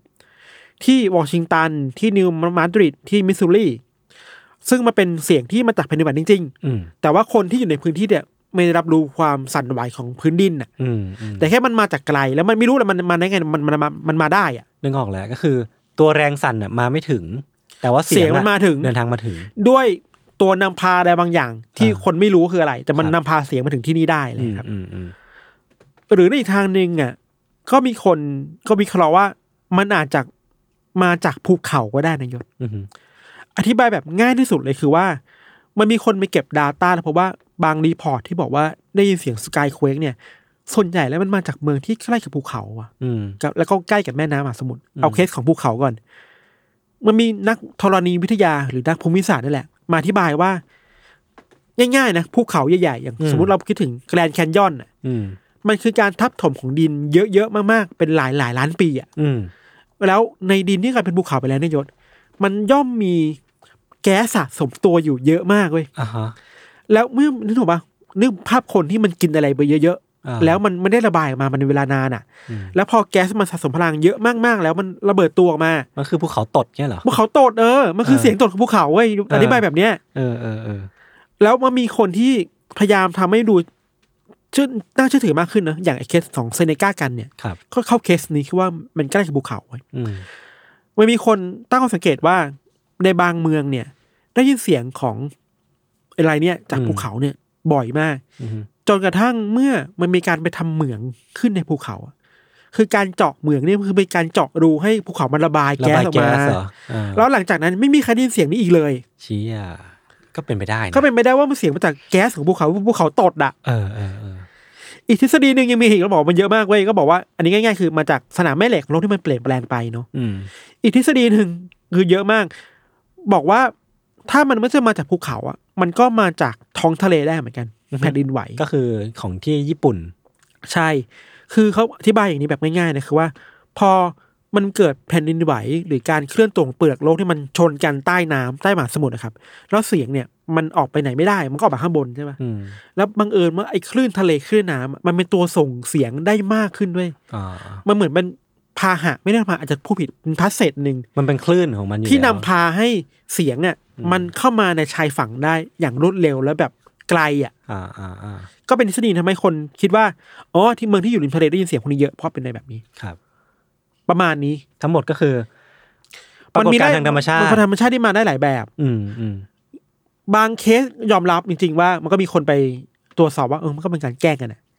2001 ที่วอชิงตันที่นิวมาดริดที่มิสซูรีซึ่งมันเป็นเสียงที่มาจากแผ่นดินไหวจริงๆแต่ว่าคนที่อยู่ในพื้นที่เนี่ยไม่ได้รับรู้ความสั่นไหวของพื้นดินน่ะแต่แค่มันมาจากไกลแล้วมันไม่รู้แล้วมันมาได้ไงมันมาได้อ่ะนึกออกแล้วก็คือตัวแรงสั่นน่ะมาไม่ถึงแต่ว่าเสียงมันมาถึงเดินทางมาถึงด้วยตัวนำพาอะไรบางอย่างที่คนไม่รู้คืออะไรแต่มันนำพาเสียงมาถึงที่นี่ได้เลยครับหรือในอีกทางนึงอ่ะก็มีคนก็วิเคราะห์ว่ามันอาจจะมาจากภูเขาก็ได้นะยศอธิบายแบบง่ายที่สุดเลยคือว่ามันมีคนไปเก็บ data แล้วพบว่าบางรีพอร์ตที่บอกว่าได้ยินเสียงสกายเควกเนี่ยส่วนใหญ่แล้วมันมาจากเมืองที่ใกล้กับภูเขาอ่ะแล้วก็ใกล้กับแม่น้ำมหาสมุทรเอาเคสของภูเขาก่อนมันมีนักธรณีวิทยาหรือนักภูมิศาสตร์นั่นแหละมาอธิบายว่าง่ายๆนะภูเขาใหญ่ๆอย่างสมมติเราคิดถึงแกรนด์แคนยอนอ่ะมันคือการทับถมของดินเยอะๆมากๆเป็นหลายล้านปีอ่ะแล้วในดินที่กลายเป็นภูเขาไปแล้วเนี่ยยศมันย่อมมีแก๊สสะสมตัวอยู่เยอะมากเว้ยแล้วเมื่อนึกถึงป่ะนึกภาพคนที่มันกินอะไรไปเยอะๆแล้วมันไม่ได้ระบายออกมามันเวลานานอ่ะแล้วพอแก๊สมันสะสมพลังเยอะมากๆแล้วมันระเบิดตัวออกมามันคือภูเขาตดใช่เหรอภูเขาตดมันคือเสียงตดของภูเขาเว้ยอธิบายแบบเนี้ยแล้วมันมีคนที่พยายามทำให้ดูน่าเชื่อถือมากขึ้นนะอย่างไอ้เคสของเซเนกากันเนี่ยก็เข้าเคสนี้คือว่ามันใกล้กับภูเขาไว้มันมีคนตั้งข้อสังเกตว่าในบางเมืองเนี่ยได้ยินเสียงของอะไรเนี่ยจากภูเขาเนี่ยบ่อยมากจนกระทั่งเมื่อมันมีการไปทำเหมืองขึ้นในภูเขาคือการเจาะเหมืองนี่คือเป็นการเจาะรูให้ภูเขามันระบายแก๊สออกมาแล้วหลังจากนั้นไม่มีใครได้ยินเสียงนี้อีกเลยชี้ก็เป็นไปได้ก็เป็นไปได้ว่ามันเสียงมาจากแก๊สของภูเขาตดอ่ะอีกทฤษฎีนึงยังมีอีกเราบอกมันเยอะมากเว้ยก็บอกว่าอันนี้ง่ายๆคือมาจากสนามแม่เหล็กโลกที่มันเปลี่ยนแปลงไปเนาะอีกทฤษฎีนึงคือเยอะมากบอกว่าถ้ามันไม่ใช่มาจากภูเขาอ่ะมันก็มาจากท้องทะเลได้เหมือนกันแผ่นดินไหวก็คือของที่ญี่ปุ่นใช่คือเขาอธิบายอย่างนี้แบบง่ายๆนะคือว่าพอมันเกิดแผ่นดินไหวหรือการเคลื่อนตัวของเปลือกโลกที่มันชนกันใต้น้ำใต้มหาสมุทรนะครับแล้วเสียงเนี่ยมันออกไปไหนไม่ได้มันก็ออกมาข้างบนใช่ไหมแล้วบังเอิญว่าไอ้คลื่นทะเลคลื่นน้ำมันเป็นตัวส่งเสียงได้มากขึ้นด้วยมันเหมือนเป็นพาหะไม่ได้พาอาจจะผู้ผิดเป็นพาสเซจนึงมันเป็นคลื่นของมันที่นำพาให้เสียงอ่ะมันเข้ามาในชายฝั่งได้อย่างรวดเร็วแล้วแบบไกลอ่ะก็เป็นทฤษฎีทำให้คนคิดว่าอ๋อที่เมืองที่อยู่ริมทะเลได้ยินเสียงพวกนี้เยอะเพราะเป็นในแบบนี้ครับประมาณนี้ทั้งหมดก็คือปรากฏการณ์ทางธรรมชาติธรรมชาติที่มาได้หลายแบบบางเคสยอมรับจริงๆว่ามันก็มีคนไปตรวจสอบว่ามันก็เป็นการแกล้งกันนะ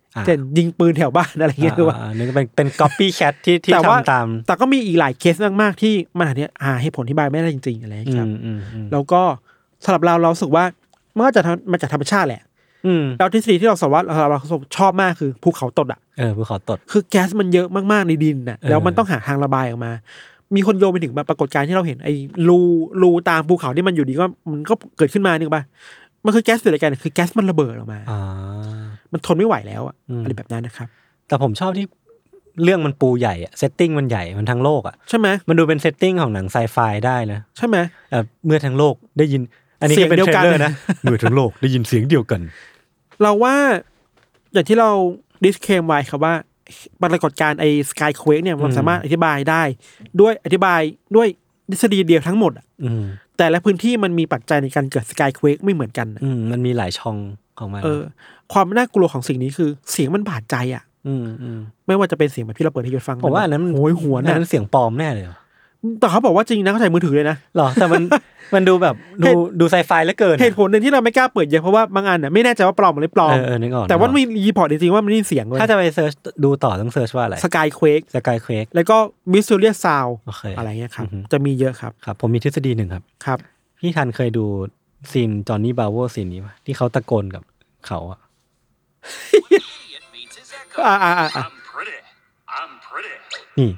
เช่นยิงปืนแถวบ้านอะไรเงี้ยคือว่านี่ก็เป็น copycat ที่ทำตามแต่ก็มีอีกหลายเคสมากๆที่มันอาจจะให้ผลที่บายไม่ได้จริงๆอะไรครับแล้วก็สำหรับเราสึกว่ามันก็จะมาจากธรรมชาติแหละแล้วทฤษฎีที่เราสอนว่าเราชอบมากคือภูเขาตดภูเขาตดคือแก๊สมันเยอะมากๆในดินน่ะแล้วมันต้องหาทางระบายออกมามีคนโยงไปถึงปรากฏการณ์ที่เราเห็นไอ้รูตามภูเขาที่มันอยู่ดีก็มันก็เกิดขึ้นมานึกป่ะมันคือแก๊สเกิดอะไรกันคือแก๊สมันระเบิดออกมามันทนไม่ไหวแล้วอะไรแบบนั้นนะครับแต่ผมชอบที่เรื่องมันปูใหญ่เซตติ้งมันใหญ่มันทั้งโลกใช่ไหมมันดูเป็นเซตติ้งของหนังไซไฟได้นะใช่ไหมเมื่อทั้งโลกได้ยินอันนี้ก็เป็นเทรลเลอร์นะเมื่อทั้งโลกได้ยินเสียงเดียวกันเราว่าอย่างที่เราดิสเคมไว้ครับว่าปรากฏการณ์ไอ้สกายเควคเนี่ยมันสามารถอธิบายได้ด้วยทฤษฎีเดียวทั้งหมดแต่ละพื้นที่มันมีปัจจัยในการเกิดสกายเควคไม่เหมือนกันมันมีหลายช่องของมันความน่ากลัวของสิ่งนี้คือเสียงมันบาดใจไม่ว่าจะเป็นเสียงแบบที่เราเปิดให้ยศฟังผมว่าอันนั้นโหยหวนนั้นเสียงปลอมแน่เลยแต่เขาบอกว่าจริงนะเขาใช้มือถือเลยนะหรอแต่มันดูแบบดูไซไฟเหลือเกินเหตุผลนึงที่เราไม่กล้าเปิดเยอะเพราะว่าบางอันไม่แน่ใจว่าปลอมหรือปลอมแต่ว่ามีรีพอร์ตจริงๆว่ามันมีเสียงเลยถ้าจะไปเซิร์ชดูต่อต้องเซิร์ชว่าอะไรสกายเควคแล้วก็มิสซูเรียซาวอะไรเงี้ยครับจะมีเยอะครับครับผมมีทฤษฎีหนึ่งครับพี่ทันเคยดูซีนจอห์นนี่บราโวซีนนี้ป่ะที่เขาตะโกนกับเขาอะนี่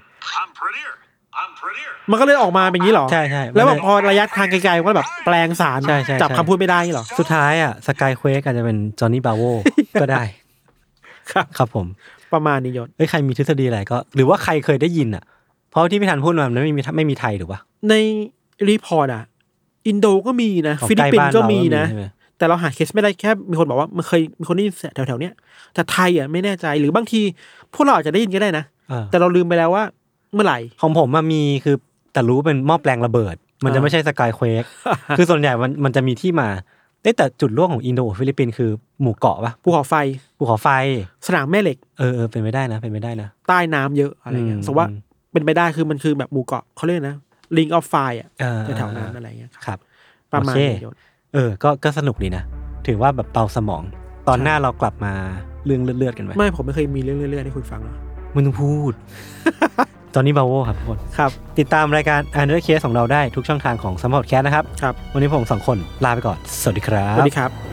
มันก็เลยออกมาเป็นอย่างนี้หรอใช่ๆแล้วแบบพอระยะทางไกลๆก็แบบแปลงสารจับคำพูดไม่ได้หรอสุดท้ายสกายเควคอาจจะเป็นจอห์นนี่บราโวก็ได้ครับผมประมาณนี้ยศใครมีทฤษฎีอะไรก็หรือว่าใครเคยได้ยินเพราะที่พี่ทันพูดมามันไม่มีไทยถูกป่ะในรีพอร์ตอินโดก็มีนะฟิลิปปินส์ก็มีนะแต่เราหาเคสไม่ได้แค่มีคนบอกว่ามันเคยมีคนได้ยินแถวๆเนี้ยแต่ไทยไม่แน่ใจหรือบางทีพวกเราอาจจะได้ยินก็ได้นะแต่เราลืมไปแล้วว่าเมื่อไหร่ของผมมีคือแต่รู้เป็นหม้อแปลงระเบิดมันจะไม่ใช่สกายเควคคือส่วนใหญ่มันจะมีที่มาแต่จุดร่วมของอินโดฟิลิปปินส์คือหมู่เกาะป่ะภูเขาไฟสนามแม่เหล็กเป็นไม่ได้นะเป็นไม่ได้นะใต้น้ำเยอะอะไรเงี้ยสมมติว่าเป็นไปได้คือมันคือแบบหมู่เกาะเขาเรียกนะRing of Fire แถวๆนั้นอะไรเงี้ยครับประมาณนี้ก็สนุกดีนะถือว่าแบบเบาสมองตอนหน้าเรากลับมาเรื่องเลือดกันไหมไม่ผมไม่เคยมีเรื่องเลือดให้คุณฟังหรอกมึงต้องพูดตอนนี้บาโวครับทุกคนครับติดตามรายการ Under Case ของเราได้ทุกช่องทางของ Smart Podcast นะครับวันนี้ผม2คนลาไปก่อนสวัสดีครับสวัสดีครับ